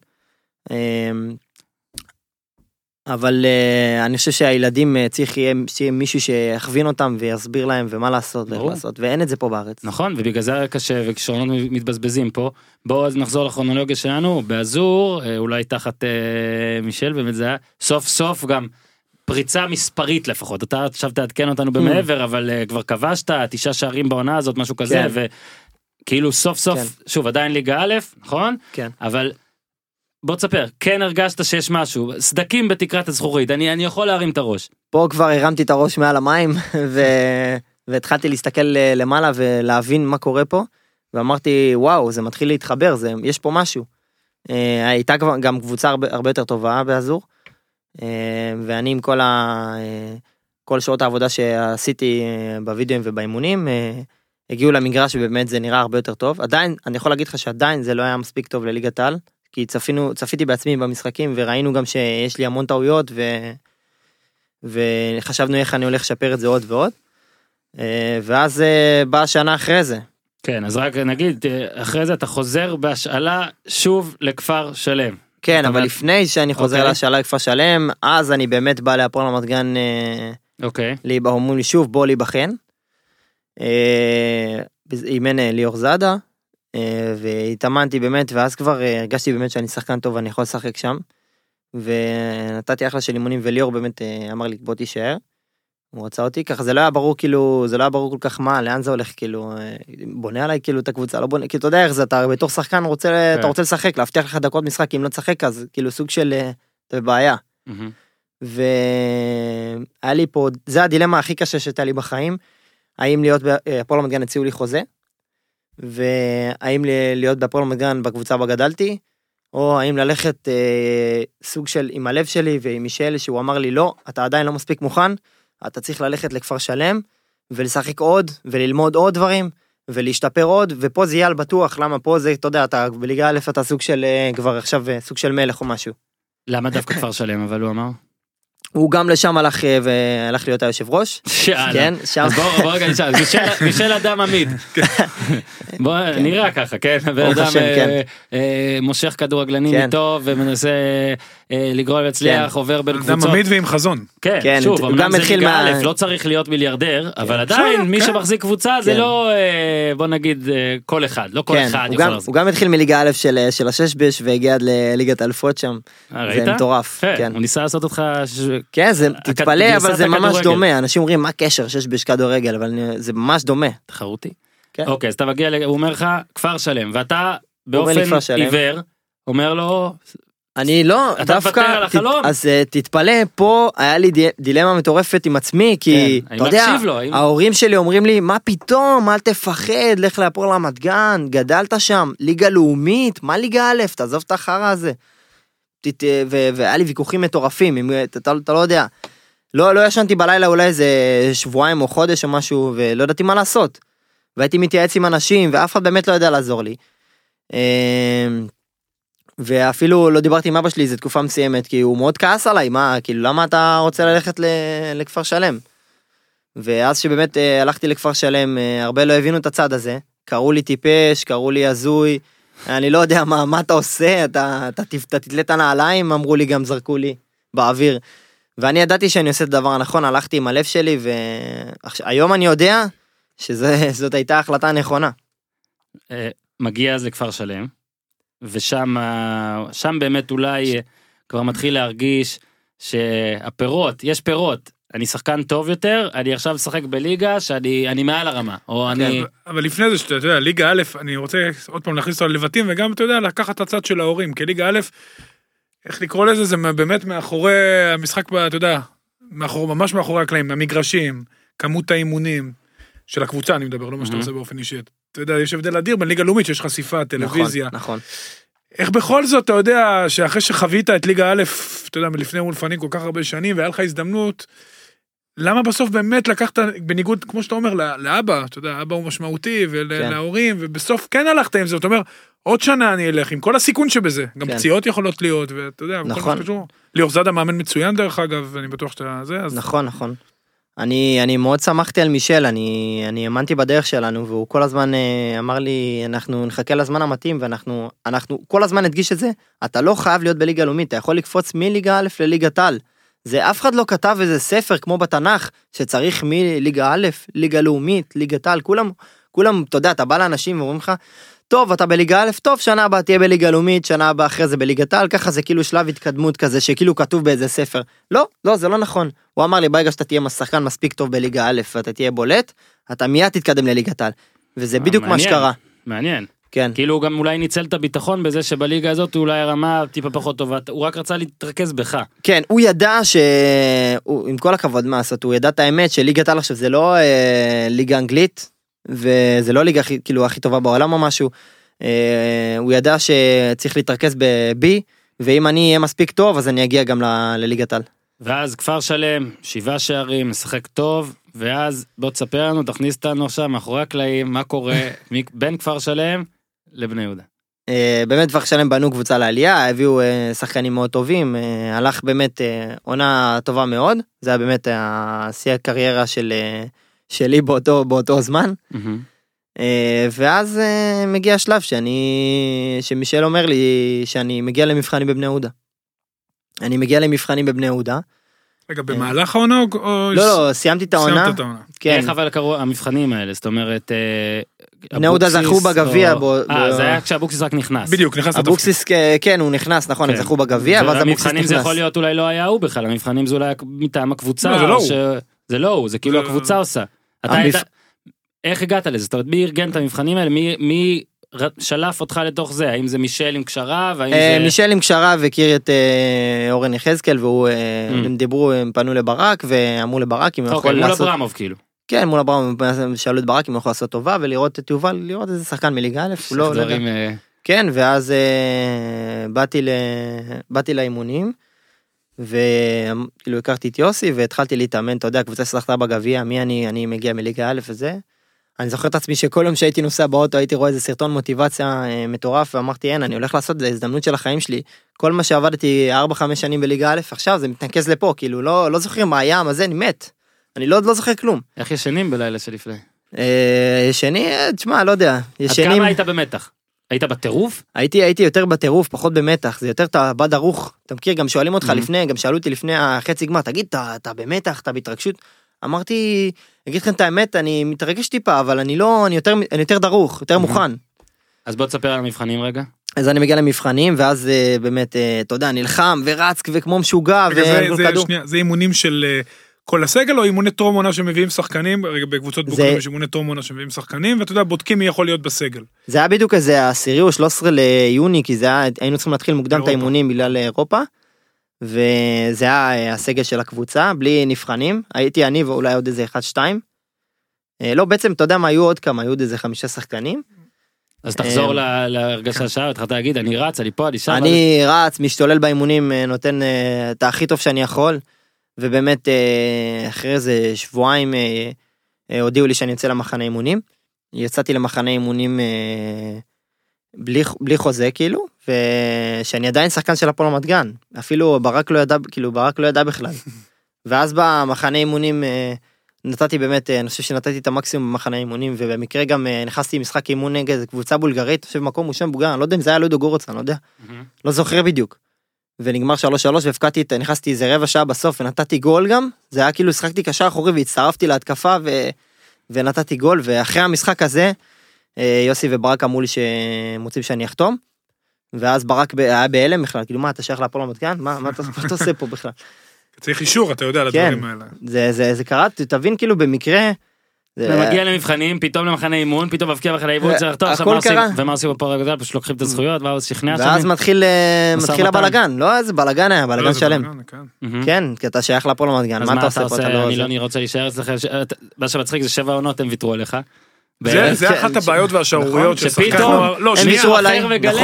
S2: אבל אני חושב שהילדים צריך שיהיה מישהו שיכווין אותם ויסביר להם ומה לעשות ואיך לעשות, ואין את זה פה בארץ.
S1: נכון, ובגלל זה קשה וכישרונות מתבזבזים פה. בואו אז נחזור לכרונולוגיה שלנו, באזור, אולי תחת מישל, באמת זה היה סוף סוף גם פריצה מספרית לפחות, אתה עכשיו תעדכן אותנו במעבר, אבל כבר כבשת 9 שערים בעונה הזאת, משהו כזה, וכאילו סוף סוף, שוב עדיין ליגה א', נכון?
S2: כן.
S1: אבל בוא תספר, כן הרגשת שיש משהו, סדקים בתקרת הזכוכית, אני יכול להרים את הראש.
S2: פה כבר הרמתי את הראש מעל המים, והתחלתי להסתכל למעלה ולהבין מה קורה פה, ואמרתי, וואו, זה מתחיל להתחבר, יש פה משהו. הייתה גם קבוצה הרבה יותר טובה באזור, ואני עם כל שעות העבודה שעשיתי בווידאוים ובאימונים, הגיעו למגרש ובאמת זה נראה הרבה יותר טוב. עדיין, אני יכול להגיד לך שעדיין זה לא היה מספיק טוב לליגת העל, כי צפיתי בעצמי במשחקים, וראינו גם שיש לי המון טעויות, וחשבנו איך אני הולך לשפר את זה עוד ועוד. ואז באה שנה אחרי זה.
S1: כן, אז רק נגיד, אחרי זה אתה חוזר בהשאלה שוב לכפר שלם.
S2: כן, אבל לפני שאני חוזר להשאלה לכפר שלם, אז אני באמת בא להפועל רמת גן,
S1: אוקיי.
S2: אומרים לי שוב, בוא להיבחן. אימן ליאור זאדה, והתאמנתי באמת, ואז כבר הרגשתי באמת שאני שחקן טוב, ואני יכול לשחק שם. ונתתי אחלה של אימונים, וליאור באמת אמר לי, בוא תישאר. הוא רצה אותי, ככה זה לא היה ברור, כאילו, זה לא היה ברור כל כך מה, לאן זה הולך, כאילו, בונה עליי, כאילו, את הקבוצה, לא בונה, כאילו, אתה יודע איך זה, אתה בתור שחקן אתה רוצה לשחק, להבטיח לך דקות משחק, אם לא תשחק, אז כאילו, סוג של, אתה בבעיה. והיה לי פה, זה הדילמה הכי קשה שהייתה לי בחיים, האם להיות בהפועל רמת גן הציעו לי חוזה, והאם להיות בהפועל רמת גן בקבוצה בה גדלתי, או האם ללכת סוג של עם הלב שלי ועם מישל, שהוא אמר לי, לא, אתה עדיין לא מספיק מוכן, אתה צריך ללכת לכפר שלם, ולשחק עוד, וללמוד עוד דברים, ולהשתפר עוד, ופה זה יהיה על בטוח, למה פה זה, אתה יודע, אתה בליגה א' אתה סוג של, כבר עכשיו סוג של מלך או משהו.
S1: למה דווקא כפר שלם, אבל הוא אמר?
S2: הוא גם לשם הלך להיות היושב ראש.
S1: כן, שם. אז בוא רגע נשאל, מישל אדם עמיד. בוא נראה ככה, כן? אדם מושך כדורגלנים איתו ומנסה לגרול להצליח, עובר בין קבוצות.
S3: אדם עמיד ועם חזון.
S1: כן, שוב, אמנם זה ליגה א', לא צריך להיות מיליארדר, אבל עדיין מי שמחזיק קבוצה זה לא, בוא נגיד, כל אחד, לא כל אחד יכול לעשות.
S2: הוא גם התחיל מליגה א' של הששבש והגיע עד לליגת האלפות שם. זה מטורף.
S1: הוא ניסה לעשות אותך...
S2: כן, זה תתפלא, אבל זה ממש דומה. אנשים אומרים, מה קשר ששבש כדורגל, אבל זה ממש דומה.
S1: תחרותי. אוקיי, אז אתה מגיע, הוא אומר לך, כפר שלם, ואתה באופן עיוור, אומר לו...
S2: אני לא, דווקא, אז תתפלא, פה היה לי דילמה מטורפת עם עצמי, כי, אתה יודע, ההורים שלי אומרים לי, מה פתאום, אל תפחד, לך להפועל רמת גן, גדלת שם, ליגה לאומית, מה ליגה א', תעזוב את החרא הזה. והיה לי ויכוחים מטורפים, אתה לא יודע, לא ישנתי בלילה אולי איזה שבועיים או חודש או משהו, ולא ידעתי מה לעשות, והייתי מתייעץ עם אנשים, ואף אחד באמת לא יודע לעזור לי, ואפילו לא דיברתי עם אבא שלי, זו תקופה מסוימת, כי הוא מאוד כעס עליי, כאילו למה אתה רוצה ללכת לכפר שלם, ואז שבאמת הלכתי לכפר שלם, הרבה לא הבינו את הצד הזה, קראו לי טיפש, קראו לי הזוי, אני לא יודע מה אתה עושה, אתה תתלה את הנעליים, אמרו לי גם, זרקו לי באוויר, ואני ידעתי שאני עושה את הדבר הנכון, הלכתי עם הלב שלי, והיום אני יודע שזאת הייתה ההחלטה הנכונה.
S1: מגיע אז לכפר שלם, ושם באמת אולי כבר מתחיל להרגיש שהפירות, יש פירות, אני שחקן טוב יותר, אני עכשיו משחק בליגה שאני מעל הרמה, או אני...
S3: אבל לפני זה שאתה יודע, ליגה א', אני רוצה עוד פעם להכניס אותו לבתים, וגם אתה יודע, לקחת את הצד של ההורים, כי ליגה א', איך לקרוא לזה, זה באמת מאחורי המשחק, אתה יודע, ממש מאחורי הקלעים, המגרשים, כמות האימונים של הקבוצה, אני מדבר, לא מה שאתה עושה באופן אישי. אתה יודע, יש הבדל אדיר בין ליגה לאומית, שיש חשיפה, טלוויזיה.
S2: נכון.
S3: איך בכל זאת, אתה יודע, שאחרי שחווית את ליגה א', אתה יודע, מלפני ולפנים כל כך הרבה שנים, והיה לך הזדמנות, למה בסוף באמת לקחת, בניגוד, כמו שאתה אומר, לאבא, אתה יודע, אבא הוא משמעותי, ולהורים, ובסוף כן הלכת עם זה, זאת אומרת, עוד שנה אני אלך, עם כל הסיכון שבזה, גם פציעות יכולות להיות, ואתה יודע, ליאור זאדה מאמן מצוין דרך אגב, ואני בטוח שאתה זה, אז...
S2: נכון. אני מאוד שמחתי על מישל, אני האמנתי בדרך שלנו, והוא כל הזמן אמר לי, אנחנו נחכה לזמן המתאים, ואנחנו כל הזמן הדגיש את זה, אתה לא חייב להיות בליגה לאומית, אתה יכול לקפוץ מליגה א' לליגת על, זה אף אחד לא כתב איזה ספר כמו בתנ"ך, שצריך מליגה א', ליגה לאומית, ליגת על, כולם, אתה יודע, אתה בא לאנשים ואומרים לך, טוב, אתה בליגה א', טוב, שנה הבאה תהיה בליגה לאומית, שנה הבאה אחרי זה בליגת על, ככה זה כאילו שלב התקדמות כזה, שכאילו כתוב באיזה ספר. לא, זה לא נכון. הוא אמר לי, ברגע שאתה תהיה שחקן מספיק טוב בליגה א', ואתה תהיה בולט, אתה מיד תתקדם לליגת על. וזה בדיוק מה שקרה.
S1: מעניין.
S2: כן.
S1: כאילו הוא גם אולי ניצל את הביטחון בזה שבליגה הזאת אולי הרמה טיפה פחות טובה, הוא רק רצה להתרכז בך.
S2: כן, הוא ידע עם כל הכבוד מה לעשות, הוא ידע את האמת שליגת על עכשיו זה לא ליגה אנגלית, וזה לא ליגה כאילו הכי טובה בעולם או משהו, הוא ידע שצריך להתרכז בי, ואם אני אהיה מספיק טוב, אז אני אגיע גם לליגת על.
S1: ואז כפר שלם, 7 שערים, משחק טוב, ואז בוא תספר לנו, תכניס אותנו עכשיו מאחורי הקלעים, מה קורה בין כפר שלם לבני יהודה.
S2: באמת כפר שלם בנו קבוצה לעלייה, הביאו שחקנים מאוד טובים, הלך באמת עונה טובה מאוד, זה היה באמת שיא הקריירה שלי באותו זמן. ואז מגיע השלב שמישל אומר לי שאני מגיע למבחנים בבני יהודה. אני מגיע למבחנים בבני יהודה.
S3: רגע, במהלך העונה או...
S2: לא, סיימתי את העונה.
S3: סיימת את העונה.
S1: איך אבל קראו המבחנים האלה? זאת אומרת...
S2: בני יהודה זכו בגביע.
S1: זה היה כשאבוקסיס רק נכנס.
S3: בדיוק, נכנס לתפקיד.
S2: אבוקסיס, כן, הוא נכנס, נכון, הם זכו בגביע, ואז אבוקסיס נכנס.
S1: המבחנים זה יכול להיות אולי לא היה הוא בכלל, המבחנים זה אולי מטעם הקבוצה.
S3: לא, זה לא הוא.
S1: זה לא הוא, זה כאילו הקבוצה עושה. איך הגעת לזה? זאת אומרת, מי ארגן את המבחנים האלה? מי שלף אותך לתוך זה? האם זה מישל עם קשרה?
S2: מישל עם קשרה והכיר את אורן יחזקאל, והם דיברו, הם פנו לברק, ואמרו לברק אם הוא יכול לעשות...
S1: מול אברמוב כאילו.
S2: כן, מול אברמוב, שאלו את ברק אם הוא יכול לעשות טובה, ולראות את יובל, לראות איזה שחקן מליגה א', הוא לא... כן, ואז באתי לאימונים, וכאילו הכרתי את יוסי, והתחלתי להתאמן, אתה יודע, קבוצה ששחקה בגביע, מי אני מגיע מליגה א' וזה. אני זוכר את עצמי שכל יום שהייתי נוסע באוטו, הייתי רואה איזה סרטון מוטיבציה מטורף, ואמרתי, אני הולך לעשות את זה, הזדמנות של החיים שלי. כל מה שעבדתי 4-5 שנים בליגה א', עכשיו זה מתנקז לפה, כאילו, לא זוכר מה היה, מה זה, אני מת. אני לא זוכר כלום.
S1: איך ישנים בלילה שלפני?
S2: ישני, תשמע, לא יודע.
S1: עד כמה היית במתח? היית בטירוף?
S2: הייתי יותר בטירוף, פחות במתח, זה יותר אתה בא דרוך, אתה מכיר, גם שואלים אותך לפני, גם שאלו אותי לפני החצי גמר, תגיד, אתה במתח, אתה בהתרגשות? אמרתי, אגיד לכם את האמת, אני מתרגש טיפה, אבל אני יותר דרוך, יותר מוכן.
S1: אז בוא תספר על המבחנים רגע.
S2: אז אני מגיע למבחנים, ואז באמת, אתה יודע, נלחם ורץ וכמו משוגע,
S3: זה אימונים של כל הסגל, או אימוני טרום עונה שמביאים שחקנים, בקבוצות בוגרים יש אימוני טרום עונה שמביאים שחקנים, ואתה יודע, בודקים מי יכול להיות בסגל.
S2: זה היה בדיוק איזה 10 או 13 ליוני, כי היינו צריכים להתחיל מוקדם את האימונים בגלל אירופה, וזה היה הסגל של הקבוצה, בלי נבחנים, הייתי אני ואולי עוד איזה 1-2, לא, בעצם, אתה יודע מה, היו עוד כמה, היו עוד איזה 5 שחקנים.
S1: אז תחזור להרגשה שעה, התחלת להגיד, אני רץ, אני פה, אני שם.
S2: אני רץ, משתולל באימונים, נותן את הכי טוב שאני יכול, ובאמת, אחרי איזה שבועיים, הודיעו לי שאני יוצא למחנה אימונים, יצאתי למחנה אימונים בלי חוזה, כאילו, ושאני עדיין שחקן של הפועל רמת גן, אפילו ברק לא ידע בכלל. ואז במחנה אימונים, נתתי באמת, אני חושב שנתתי את המקסימום במחנה אימונים, ובמקרה גם נכנסתי משחק אימון נגד קבוצה בולגרית, חושב מקום מושם בוגר, אני לא יודע אם זה היה לודו גורץ, אני לא יודע, לא זוכר בדיוק. ונגמר 3-3, והפקעתי, נכנסתי איזה רבע שעה בסוף, ונתתי גול גם, זה היה כאילו, שחקתי קשר אחורי, והצטרפתי להתקפה, ונתתי גול, ואחרי המשחק הזה, יוסי וברק אמרו לי שמוצאים שאני אחתום, ואז ברק היה בהלם בכלל, כאילו מה, אתה שייך להפועל רמת גן? מה אתה עושה פה בכלל?
S3: צריך אישור, אתה יודע, לדברים האלה.
S2: זה קרה, תבין כאילו במקרה,
S1: ומגיע למבחנים, פתאום למחנה אימון, פתאום מבקיע מחנה אימון, ומה עושים בפועל הגדול, פשוט לוקחים את הזכויות, ואז שכנע שם.
S2: ואז מתחיל הבלגן, לא איזה בלגן היה, בלגן שלם. כן, כי אתה שייך להפועל רמת גן, מה אתה עושה פה?
S1: אני רוצה להישאר אצלך, מה שמצחיק זה 7 עונות, הם ויתרו עליך.
S3: זה אחת הבעיות והשערוריות
S1: שפתאום
S2: הם ויתרו עליי.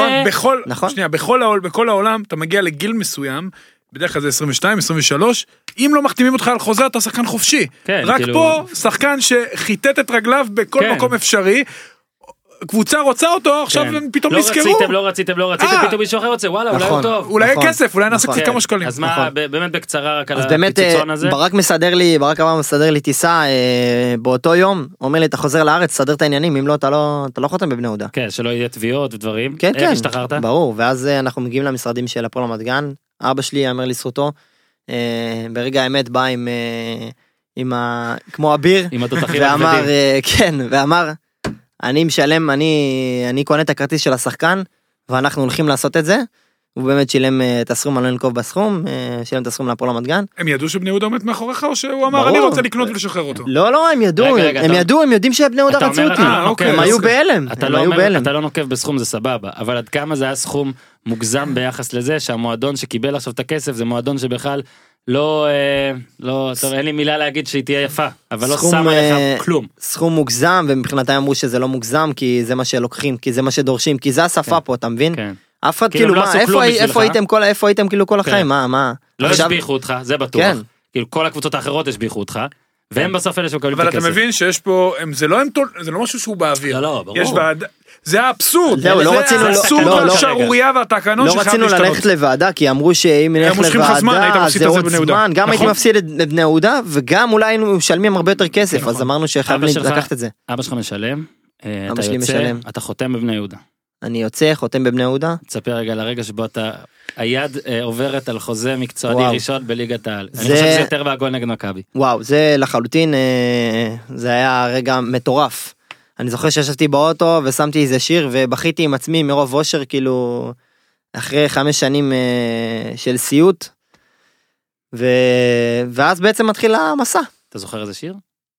S3: בכל העולם אתה מגיע לגיל מסוים, בדרך כלל זה 22, 23, אם לא מחתימים אותך על חוזה, אתה שחקן חופשי. רק פה, שחקן שחיטט את רגליו בכל מקום אפשרי, קבוצה רוצה אותו, עכשיו פתאום נזכרו.
S1: לא רציתם, פתאום מישהו אחר רוצה, וואלה, אולי הוא טוב.
S3: אולי יהיה כסף, אולי נעשה קצת כמה שקלים.
S1: אז מה, באמת בקצרה רק על הפיצוצון הזה?
S2: ברק אמר מסדר לי טיסה באותו יום, אומר לי, אתה חוזר לארץ, סדר את העניינים, אם לא, אתה לא חותם בבני יהודה.
S1: כן, שלא יהיה תביעות ודברים.
S2: כן,
S1: איך השתחררת?
S2: ברור, ואז אנחנו מגיעים למשרדים של הפועל רמת גן, אבא שלי אמר לזכותו, ברגע האמת בא כמו אביר, ואמר, כן, ואמר, אני משלם, אני קונה את הכרטיס של השחקן, ואנחנו הולכים לעשות את זה, הוא באמת שילם את הסכום, אני לא נקוב בסכום, שילם את הסכום להפועל רמת גן.
S3: הם ידעו שבני יהודה עומד מאחוריך, או שהוא אמר, אני רוצה לקנות ולשחרר אותו?
S2: לא, הם ידעו, הם יודעים שבני יהודה רצו אותי, הם היו בהלם.
S1: אתה לא נוקב בסכום, זה סבבה, אבל עד כמה זה היה סכום מוגזם ביחס לזה, שהמועדון שקיבל עכשיו את הכסף, זה מועדון שבכלל לא, טוב, אין לי מילה להגיד שהיא תהיה יפה, אבל לא שם עליך כלום.
S2: סכום מוגזם, ומבחינתם אמרו שזה לא מוגזם, כי זה מה שלוקחים, כי זה מה שדורשים, כי זה השפה פה, אתה מבין? אף אחד כאילו, איפה הייתם כאילו כל החיים, מה?
S1: לא השביחו אותך, זה בטוח. כאילו כל הקבוצות האחרות השביחו אותך, והם בסוף אלה שמקבלים את
S3: אבל
S1: הכסף.
S3: אתה מבין שיש פה, זה לא משהו שהוא באוויר.
S1: לא, ברור.
S3: יש ועדה, זה האבסורד.
S2: זהו, לא
S3: זה
S2: רצינו-
S3: האבסורד
S2: לא, לא.
S3: השערורייה והתקנון
S2: לא
S3: שחייב
S2: רצינו
S3: להשתנות.
S2: ללכת לוועדה, כי אמרו שאם נלך
S3: מושכים לך זמן, היית
S2: לוועדה,
S3: מפסיד
S2: זה
S3: את זה
S2: עוד
S3: בבני יהודה.
S2: זמן, גם הייתי
S3: נכון.
S2: מפסיד את בני יהודה, וגם אולי היינו משלמים הרבה יותר כסף,
S3: נכון.
S2: אז אמרנו שחייבים
S1: אבא שלך-
S2: לקחת את זה.
S1: אבא שלך משלם,
S2: אבא
S1: אתה
S2: שלי
S1: יוצא,
S2: משלם.
S1: אתה חותם בבני יהודה.
S2: אני יוצא, חותם בבני יהודה,
S1: תספר רגע לרגע שבו אתה, היד עוברת על חוזה מקצועני
S2: וואו.
S1: ראשון בליגת העל. אני
S2: זה-
S1: חושב שזה יותר מהגול נגד מכבי.
S2: וואו, זה לחלוטין, זה היה רגע מטורף. אני זוכר שישבתי באוטו ושמתי איזה שיר ובכיתי עם עצמי מרוב אושר, כאילו, אחרי 5 שנים של סיוט, ואז בעצם מתחיל המסע.
S1: אתה זוכר איזה שיר?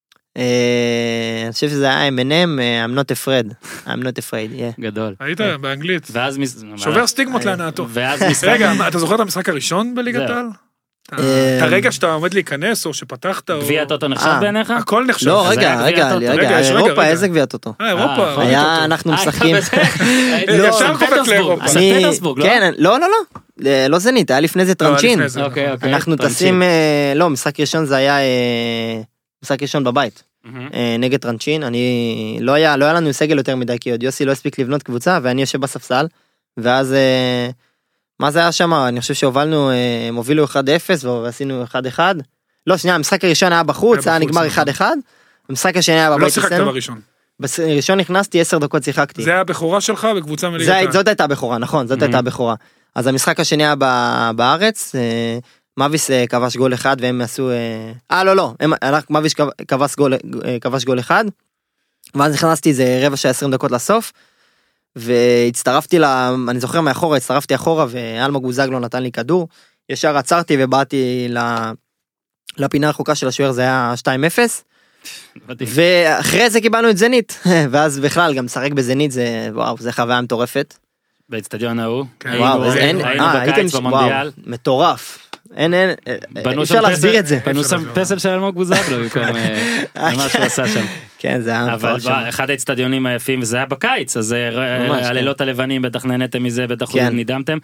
S2: אני חושב שזה היה M&M, I'm not afraid, I'm not afraid, yeah.
S1: גדול.
S3: היית באנגלית.
S1: ואז
S3: שובר סטיגמות להנאתו.
S1: ואז משחק.
S3: רגע, אתה זוכר את המשחק הראשון בליגת
S1: זהו.
S3: העל? את הרגע שאתה עומד להיכנס, או שפתחת, או...
S1: גביע טוטו נחשב בעיניך?
S3: הכל נחשב.
S2: לא,
S1: אז היה
S2: רגע,
S1: גביע
S2: רגע,
S3: טוטו. רגע,
S2: אירופה,
S3: רגע.
S2: איזה גביע טוטו?
S3: אירופה.
S1: נכון.
S3: ראיתי
S2: היה,
S3: אותו.
S2: אנחנו משחקים.
S3: ישר קופץ לאירופה.
S1: אני... פטרסבורג, לא?
S2: כן, לא, לא זנית, היה לפני זה טרנצ'ין.
S3: לפני זה,
S1: אוקיי, אוקיי.
S2: אנחנו
S1: טרנצ'ין.
S2: טסים, לא, משחק ראשון זה היה, משחק ראשון בבית,
S1: מהמם.
S2: נגד טרנצ'ין, לא היה לנו סגל יותר מדי, כי עוד יוסי לא הספיק לבנות קבוצה, ואני יושב בספסל, ואז, מה זה היה שם? אני חושב שהובלנו, הם הובילו 1-0, ועשינו 1-1, לא, שנייה, המשחק הראשון היה בחוץ, היה נגמר 1-1, המשחק השני היה
S3: לא
S2: בבית
S3: שיחקת
S2: אצלנו,
S3: בראשון.
S2: בראשון נכנסתי, 10 דקות שיחקתי.
S3: זה היה הבכורה שלך בקבוצה מליגת העל.
S2: זאת הייתה הבכורה, נכון, זאת הייתה הבכורה. אז המשחק השני היה בארץ, מביס כבש גול אחד והם עשו, לא, מביס כבש גול אחד, ואז נכנסתי איזה רבע שעה 20 דקות לסוף, והצטרפתי, אני זוכר מאחורה, הצטרפתי אחורה, ואלמוג בוזגלו נתן לי כדור, ישר עצרתי ובאתי לפינה הרחוקה של השוער, זה היה 2-0, ואחרי זה קיבלנו את זנית, ואז בכלל גם לשחק בזנית, וואו, זה חוויה מטורפת.
S1: באצטדיון ההוא.
S3: כן.
S2: וואו, אז אין,
S1: היינו בקיץ במונדיאל.
S2: מטורף. אין,
S1: בנו
S2: אפשר
S1: שם
S2: להסביר
S1: פסל-
S2: את זה.
S1: בנו שם פסל של אלמוג בוזגלו במקום מה שהוא עשה שם.
S2: כן, זה היה
S1: אבל
S2: מטורף שם.
S1: אחד האצטדיונים היפים, וזה היה בקיץ, אז
S2: ממש,
S1: הלילות הלבנים בטח נהנתם מזה, בטח
S2: כן.
S1: נדהמתם.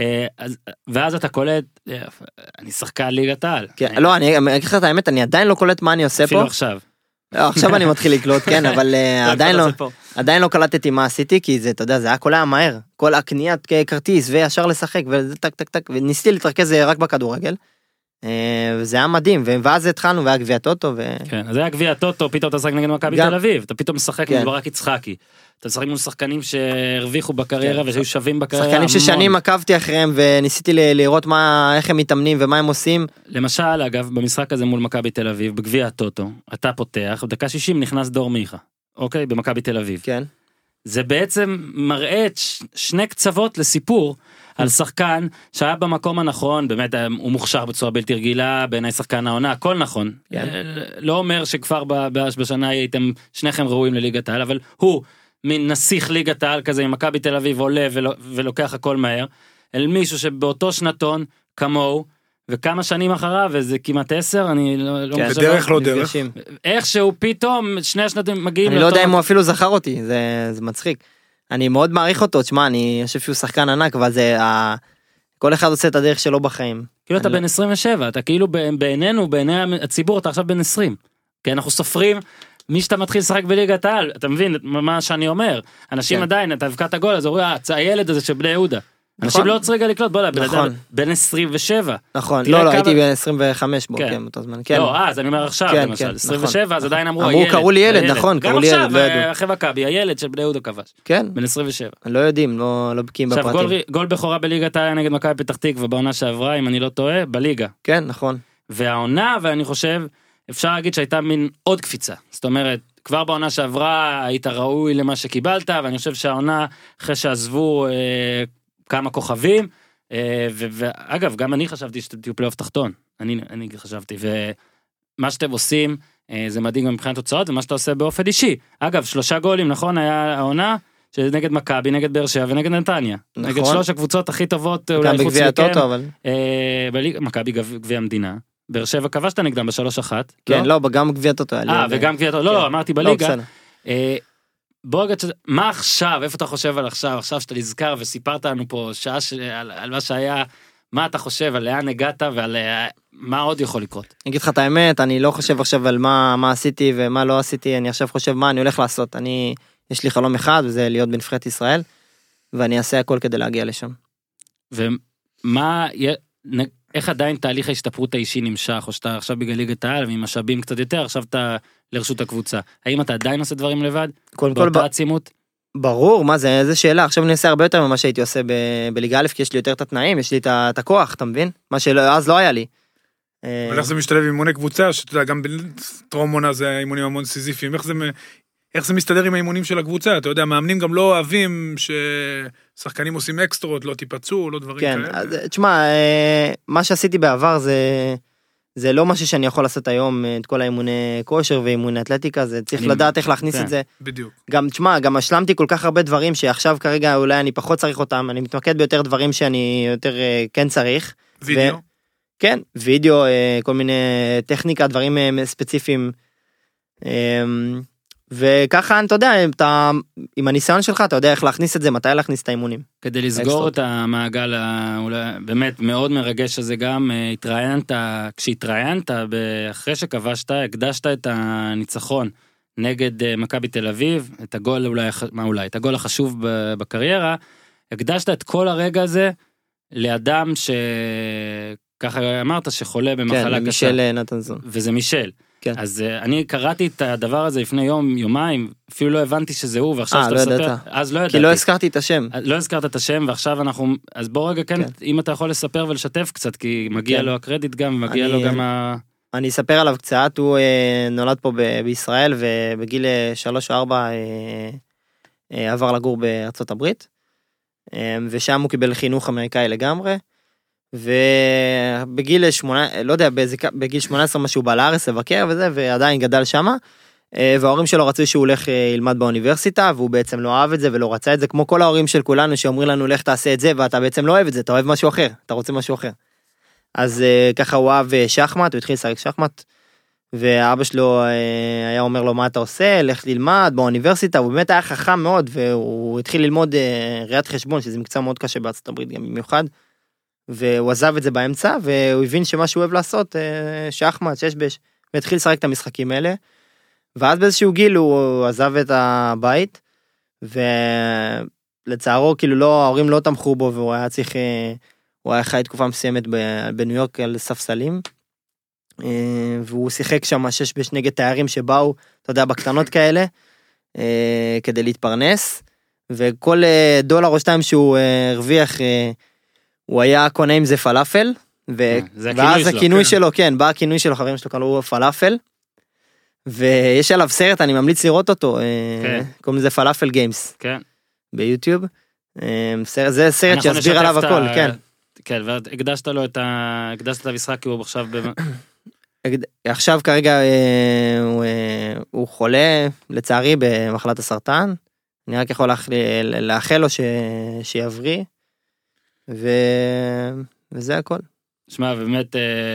S1: ואז אתה קולט, אני שחקן ליגת העל.
S2: כן, לא, אני אגיד לך את האמת, אני עדיין לא קולט מה אני עושה
S1: אפילו
S2: פה.
S1: עכשיו.
S2: לא, עכשיו אני מתחיל לקלוט, כן, אבל עדיין לא קלטתי מה עשיתי, כי זה, אתה יודע, זה היה כל היום מהר. כל הקניית כרטיס, וישר לשחק, וזה טק טק טק, וניסיתי להתרכז רק בכדורגל. וזה היה מדהים, ואז התחלנו, והיה גביע טוטו,
S1: כן, אז היה גביע טוטו, פתאום אתה משחק נגד מכבי
S2: גם-
S1: תל אביב, אתה פתאום משחק מול
S2: כן.
S1: ברק יצחקי. אתה משחק מול שחקנים שהרוויחו בקריירה ושהיו שווים בקריירה
S2: שחקנים
S1: המון.
S2: ששנים עקבתי אחריהם, וניסיתי לראות איך הם מתאמנים, ומה הם עושים.
S1: למשל, אגב, במשחק הזה מול מכבי תל אביב, בגביע הטוטו, אתה פותח, בדקה 60 נכנס דור מיכה, אוקיי? במכבי תל אביב.
S2: כן.
S1: זה בעצם מראה את שני קצוות לסיפור על שחקן שהיה במקום הנכון, באמת הוא מוכשר בצורה בלתי רגילה, בעיניי שחקן העונה, הכל נכון. לא אומר שכבר בשנה הייתם שניכם ראויים לליגת העל, אבל הוא מין נסיך ליגת העל כזה, עם מכבי תל אביב עולה ולוקח הכל מהר, אל מישהו שבאותו שנתון כמוהו, וכמה שנים אחריו, וזה כמעט 10, אני לא
S2: כן,
S1: חושב.
S3: בדרך לא דרך.
S2: נפגשים.
S1: איכשהו פתאום שני השנתיים מגיעים.
S2: אני לא יודע אם הוא אפילו זכר אותי, זה מצחיק. אני מאוד מעריך אותו, תשמע, אני חושב שהוא שחקן ענק, אבל זה, כל אחד עושה את הדרך שלו בחיים.
S1: כאילו אתה בן 27, אתה כאילו בעינינו, בעיני הציבור, אתה עכשיו בן 20. כי אנחנו סופרים מי שאתה מתחיל לשחק בליגת העל, אתה מבין מה שאני אומר. אנשים
S2: כן.
S1: עדיין, אתה הבקעת גול, אז אומרים, הילד הזה של בני יהודה. אנשים לא עוצרים רגע לקלוט, בוא, בן אדם, בן 27.
S2: נכון,
S1: תראה
S2: לא,
S1: כמה-
S2: הייתי בן 25 בו,
S1: כן.
S2: כן, באותו זמן, כן.
S1: לא, אז אני אומר עכשיו,
S2: כן,
S1: למשל,
S2: כן,
S1: 27,
S2: נכון,
S1: אז עדיין אמרו,
S2: אמרו,
S1: הילד.
S2: קראו לי ילד,
S1: הילד.
S2: נכון,
S1: גם
S2: קראו לי ילד,
S1: עכשיו,
S2: לא ידעו.
S1: אחרי מכבי, הילד של בני יהודה כבש.
S2: כן,
S1: בן 27.
S2: לא יודעים, לא בקיאים
S1: עכשיו,
S2: בפרטים.
S1: גול בכורה בליגת העל נגד מכבי פתח תקווה בעונה שעברה, אם אני לא טועה, בליגה.
S2: כן, נכון.
S1: והעונה, ואני חושב, אפשר להגיד שהייתה מין עוד קפיצה. זאת אומרת, כבר בעונה שעברה היית ראוי למה שקיבלת, ואני חושב שהעונה, אחרי שעזבו כמה כוכבים, ואגב, גם אני חשבתי שתהיו פלייאוף תחתון. אני חשבתי, ומה שאתם עושים, זה מדהים גם מבחינת תוצאות, ומה שאתה עושה באופן אישי. אגב, 3 גולים, נכון, היה העונה, שנגד מכבי, נגד באר שבע ונגד נתניה.
S2: נכון.
S1: נגד 3 הקבוצות הכי טובות,
S2: גם
S1: אולי חוץ
S2: בגביע
S1: מכם.
S2: הטוטו, אבל...
S1: מכבי גביע המדינה. באר שבע כבשת נגדם ב3-1.
S2: כן, לא, גם גביע הטוטו.
S1: וגם גביע הטוטו, לא, אמרתי
S2: לא,
S1: בליגה.
S2: בסדר.
S1: בוא רגע, מה עכשיו, איפה אתה חושב על עכשיו שאתה נזכר וסיפרת לנו פה שעה על מה שהיה, מה אתה חושב על לאן הגעת ועל מה עוד יכול לקרות?
S2: אני אגיד לך את האמת, אני לא חושב עכשיו על מה עשיתי ומה לא עשיתי, אני עכשיו חושב מה אני הולך לעשות. יש לי חלום אחד, וזה להיות בנבחרת ישראל, ואני אעשה הכל כדי להגיע לשם.
S1: איך עדיין תהליך ההשתפרות האישי נמשך, או שאתה עכשיו בגלל ליגת העל, ועם משאבים קצת יותר, עכשיו אתה לרשות הקבוצה. האם אתה עדיין עושה דברים לבד? באותה עצימות?
S2: ברור, מה זה, איזה שאלה, עכשיו אני עושה הרבה יותר ממה שהייתי עושה בליגה א', כי יש לי יותר את התנאים, יש לי את הכוח, אתה מבין? מה שאז לא היה לי.
S3: אבל איך זה משתלב עם אימוני קבוצה, שאתה יודע, גם בטרום עונה זה אימונים המון סיזיפיים, איך זה מסתדר עם האימונים של הקבוצה? אתה יודע, מאמנים גם לא אוהבים ששחקנים עושים אקסטרות, לא טיפצו, לא דברים כאלה.
S2: כן, תשמע, מה שעשיתי בעבר זה לא משהו שאני יכול לעשות היום, את כל האימוני כושר ואימוני אתלטיקה, זה צריך לדעת איך להכניס את זה.
S3: בדיוק.
S2: גם, תשמע, גם השלמתי כל כך הרבה דברים שעכשיו כרגע אולי אני פחות צריך אותם, אני מתמקד ביותר דברים שאני יותר כן צריך.
S3: וידאו?
S2: כן, וידאו, כל מיני טכניקה, דברים ספציפיים. וככה, אתה יודע, עם הניסיון שלך, אתה יודע איך להכניס את זה, מתי להכניס את האימונים.
S1: כדי לסגור את המעגל, באמת מאוד מרגש הזה גם, כשהתראיינת, אחרי שכבשת, הקדשת את הניצחון נגד מכבי תל אביב, את הגול את הגול החשוב בקריירה, הקדשת את כל הרגע הזה לאדם ככה אמרת שחולה במחלה קשה.
S2: כן, מישל נתנזון.
S1: וזה מישל.
S2: כן.
S1: אז אני קראתי את הדבר הזה לפני יומיים, אפילו לא הבנתי שזה הוא, ועכשיו שאתה מספר, אז לא ידעתי.
S2: כי לא הזכרתי את השם.
S1: לא הזכרת את השם, ועכשיו אז בוא רגע כן, אם אתה יכול לספר ולשתף קצת, כי מגיע לו הקרדיט גם, מגיע לו גם
S2: אני אספר עליו קצת, הוא נולד פה בישראל, ובגיל 3 או 4 עבר לגור בארצות הברית, ושם הוא קיבל חינוך אמריקאי לגמרי, ובגיל 18, לא יודע, בגיל 18 משהו בא לארץ לבקר וזה, ועדיין גדל שמה, וההורים שלו רצו שהוא הולך ילמד באוניברסיטה, והוא בעצם לא אהב את זה ולא רצה את זה, כמו כל ההורים של כולנו שאומרים לנו לך תעשה את זה, ואתה בעצם לא אוהב את זה, אתה אוהב משהו אחר, אתה רוצה משהו אחר. אז ככה הוא אהב שחמט, הוא התחיל לשחק שחמט, ואבא שלו היה אומר לו מה אתה עושה, לך ללמד באוניברסיטה, הוא באמת היה חכם מאוד, והוא התחיל ללמוד ראיית חשבון, שזה מקצוע מאוד קשה בארצות הברית גם במיוחד, והוא עזב את זה באמצע, והוא הבין שמה שהוא אוהב לעשות, שחמט, ששבש, והתחיל לשחק את המשחקים האלה, ואז באיזשהו גיל הוא עזב את הבית, ולצערו כאילו לא, ההורים לא תמכו בו, והוא היה צריך, הוא היה חי תקופה מסוימת בניו יורק על ספסלים, והוא שיחק שם ששבש נגד תיירים שבאו, אתה יודע, בקטנות כאלה, כדי להתפרנס, וכל $1 או 2 שהוא הרוויח, הוא היה קונה עם זה פלאפל, ואז הכינוי שלו, כן, בא הכינוי שלו, חברים שלו קראו פלאפל, ויש עליו סרט, אני ממליץ לראות אותו, קוראים לזה פלאפל גיימס, ביוטיוב, זה סרט שיסביר עליו הכל, כן.
S1: כן, והקדשת לו הקדשת את המשחק, כי הוא עכשיו
S2: עכשיו כרגע הוא חולה, לצערי, במחלת הסרטן, אני רק יכול לאחל לו שיבריא, וזה הכל. שמע,
S1: באמת,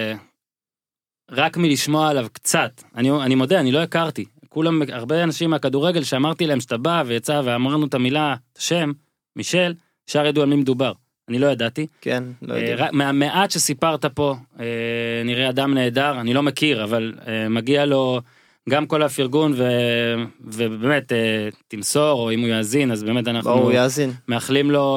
S1: רק מלשמוע עליו קצת, אני מודה, אני לא הכרתי, כולם, הרבה אנשים מהכדורגל שאמרתי להם שאתה בא ויצא ואמרנו את המילה, את השם, מישל, שער ידעו על מי מדובר. אני לא ידעתי.
S2: כן, לא יודע.
S1: מהמעט שסיפרת פה, נראה אדם נהדר, אני לא מכיר, אבל מגיע לו גם כל הפרגון, ובאמת תמסור, או אם הוא יאזין, אז באמת אנחנו מאחלים לו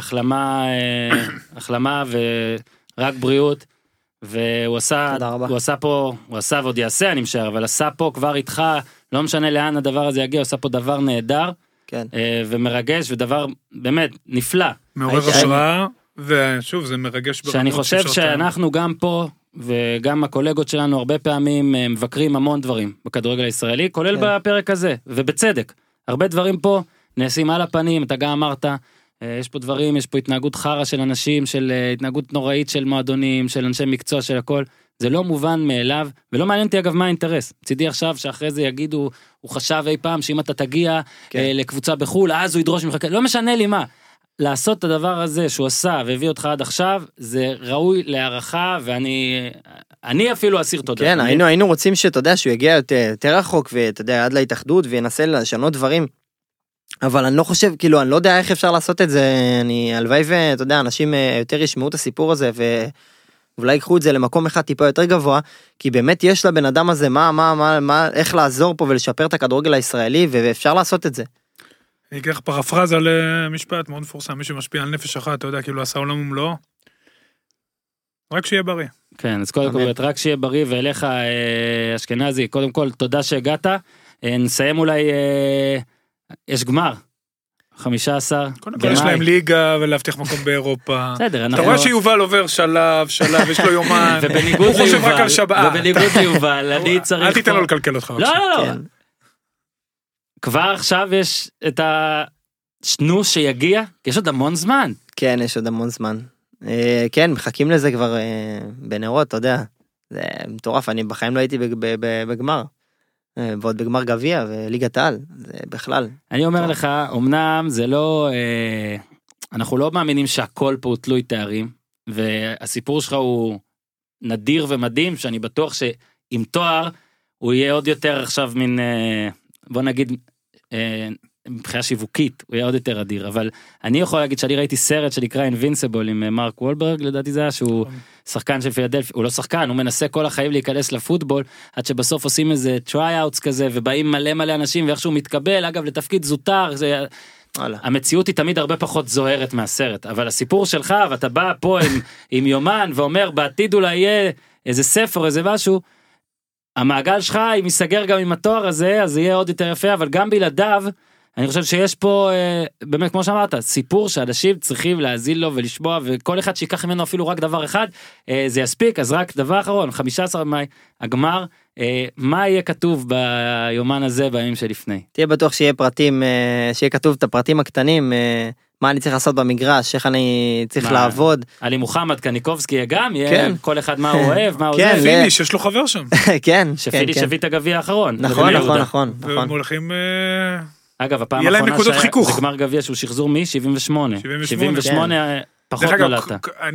S1: החלמה ורק בריאות, והוא עשה פה, הוא עשה ועוד יעשה, אני משער, אבל עשה פה כבר איתך, לא משנה לאן הדבר הזה יגיע, הוא עשה פה דבר נהדר, ומרגש, ודבר באמת נפלא.
S3: מעורר השראה, ושוב, זה מרגש ברמות.
S1: שאני חושב שאנחנו גם פה, וגם הקולגות שלנו הרבה פעמים מבקרים המון דברים בכדורגל הישראלי, כולל בפרק הזה, ובצדק. הרבה דברים פה נעשים על הפנים, אתה גם אמרת, יש פה דברים, יש פה התנהגות חרה של אנשים, של התנהגות נוראית של מועדונים, של אנשי מקצוע, של הכל. זה לא מובן מאליו, ולא מעניין אותי אגב מה האינטרס. צידי עכשיו שאחרי זה יגידו, הוא חשב אי פעם שאם אתה תגיע לקבוצה בחול, אז הוא ידרוש ממך, לא משנה לי מה. לעשות את הדבר הזה שהוא עשה והביא אותך עד עכשיו, זה ראוי להערכה, ואני אפילו אסיר תודה.
S2: כן, היינו רוצים שאתה יודע, שהוא יגיע יותר רחוק, ואתה יודע, עד להתאחדות, וינסה לשנות דברים. אבל אני לא חושב, כאילו, אני לא יודע איך אפשר לעשות את זה, הלוואי ואתה יודע, אנשים יותר ישמעו את הסיפור הזה, ואולי ייקחו את זה למקום אחד טיפה יותר גבוה, כי באמת יש לבן אדם הזה איך לעזור פה ולשפר את הכדורגל הישראלי, ואפשר לעשות את זה.
S3: אני אקח פרפרזה למשפט מאוד מפורסם, מי שמשפיע על נפש אחת, אתה יודע, כאילו עשה עולם ומלואו, רק שיהיה בריא.
S1: כן, אז קודם כל, רק שיהיה בריא, ואליך אשכנזי, קודם כל, תודה שהגעת, נסיים אולי, יש גמר, 15.
S3: קודם כל יש להם ליגה ולהבטיח מקום באירופה.
S1: בסדר,
S3: אתה רואה שיובל עבר שלב, יש לו יומן, הוא חושב רק על שבת.
S1: ובניגוד ליובל, אני צריך...
S3: אל תיתן לו לקלקל אותך.
S1: לא, לא, לא. כבר עכשיו יש את השנוש שיגיע, יש עוד המון זמן.
S2: כן, יש עוד המון זמן. כן, מחכים לזה כבר בנרות, אתה יודע. זה מטורף, אני בחיים לא הייתי בגמר. ועוד בגמר גביע וליגת העל, זה בכלל.
S1: אני אומר לך, אמנם זה לא, אנחנו לא מאמינים שהכל פה הוא תלוי תארים, והסיפור שלך הוא נדיר ומדהים, שאני בטוח שעם תואר, הוא יהיה עוד יותר עכשיו מן, בוא נגיד, מבחינה שיווקית, הוא יהיה עוד יותר אדיר, אבל אני יכול להגיד שאני ראיתי סרט שנקרא Invincible עם מרק וולברג, לדעתי זה היה שהוא שחקן של פילדלפיה, הוא לא שחקן, הוא מנסה כל החיים להיכנס לפוטבול, עד שבסוף עושים איזה טריי-אוטס כזה, ובאים מלא אנשים, ואיכשהו מתקבל, אגב, לתפקיד זוטר, המציאות היא תמיד הרבה פחות זוהרת מהסרט, אבל הסיפור שלך, ואתה בא פה עם יומן, ואומר, בעתיד אולי יהיה איזה ספר, איזה משהו, המעגל שלך, אם ייסגר גם עם התואר הזה, אז יהיה עוד יותר יפה, אבל גם בלעדיו, אני חושב שיש פה, באמת כמו שאמרת, סיפור שאנשים צריכים להזין לו ולשמוע, וכל אחד שיקח ממנו אפילו רק דבר אחד, זה יספיק. אז רק דבר אחרון, 15 במאי, הגמר, מה יהיה כתוב ביומן הזה בימים שלפני?
S2: תהיה בטוח שיהיה פרטים, שיהיה כתוב את הפרטים הקטנים, מה אני צריך לעשות במגרש, איך אני צריך לעבוד.
S1: עלי מוחמד קניקובסקי גם, יהיה כל אחד מה הוא אוהב, מה הוא
S2: כן,
S1: זה.
S3: פיניש, יש לו חבר שם.
S2: כן,
S1: שפיניש הביא את הגביע האחרון.
S2: נכון.
S3: והם הולכים...
S1: אגב, הפעם האחרונה שהיה גמר גביע שהוא שחזור מ-78. 78 פחות נולדת.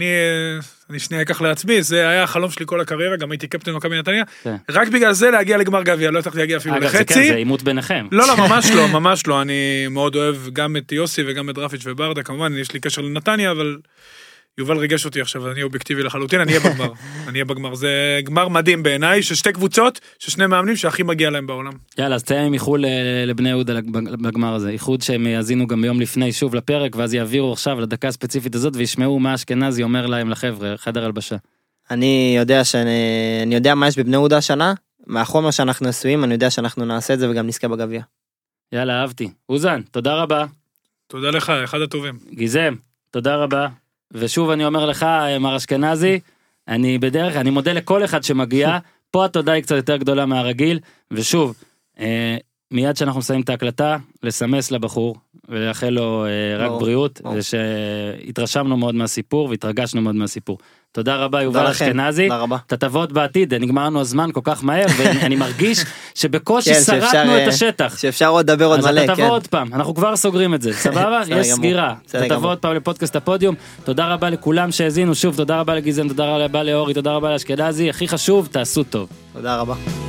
S3: אני שנייה אקח לעצמי, זה היה החלום שלי כל הקריירה, גם הייתי קפטן מכבי נתניה, רק בגלל זה להגיע לגמר גביע, לא הצלחתי להגיע אפילו לחצי.
S1: אגב, זה כן, זה עימות ביניכם.
S3: לא, ממש לא, אני מאוד אוהב גם את יוסי וגם את רפיץ' וברדה, כמובן, יש לי קשר לנתניה, אבל יובל ריגש אותי עכשיו, אני אובייקטיבי לחלוטין, אני אהיה בגמר, זה גמר מדהים בעיניי, ששתי קבוצות, ששני מאמנים שהכי מגיע להם בעולם.
S1: יאללה, אז תהיה עם איחוד לבני יהודה בגמר הזה, איחוד שהם יאזינו גם ביום לפני שוב לפרק, ואז יעבירו עכשיו לדקה הספציפית הזאת, וישמעו מה אשכנזי אומר להם לחבר'ה, חדר הלבשה.
S2: אני יודע מה יש בבני יהודה השנה, מהחומר שאנחנו עשויים, אני יודע שאנחנו נעשה את זה וגם נזכה בגביע.
S1: יאללה, אהבתי. אוזן, תודה רבה.
S3: תודה לך, אחד הטובים.
S1: גיזם, תודה רבה. ושוב אני אומר לך, מר אשכנזי, אני מודה לכל אחד שמגיע, פה התודה היא קצת יותר גדולה מהרגיל, ושוב, מיד שאנחנו מסיים את ההקלטה, לסמס לבחור, ולאחל לו רק בריאות, ושהתרשמנו מאוד מהסיפור, והתרגשנו מאוד מהסיפור. תודה רבה יובל אשכנזי, אתה תבוא עוד בעתיד, נגמר לנו הזמן כל כך מהר, ואני מרגיש שבקושי שרדנו את השטח.
S2: שאפשר עוד לדבר עוד מלא,
S1: אז אתה תבוא עוד פעם, אנחנו כבר סוגרים את זה, סבבה? יש סגירה, אתה תבוא עוד פעם לפודקאסט הפודיום, תודה רבה לכולם שהזינו, שוב תודה רבה לגיזם, תודה רבה לאורי, תודה רבה לאשכנזי, הכי חשוב, תעשו טוב.
S2: תודה רבה.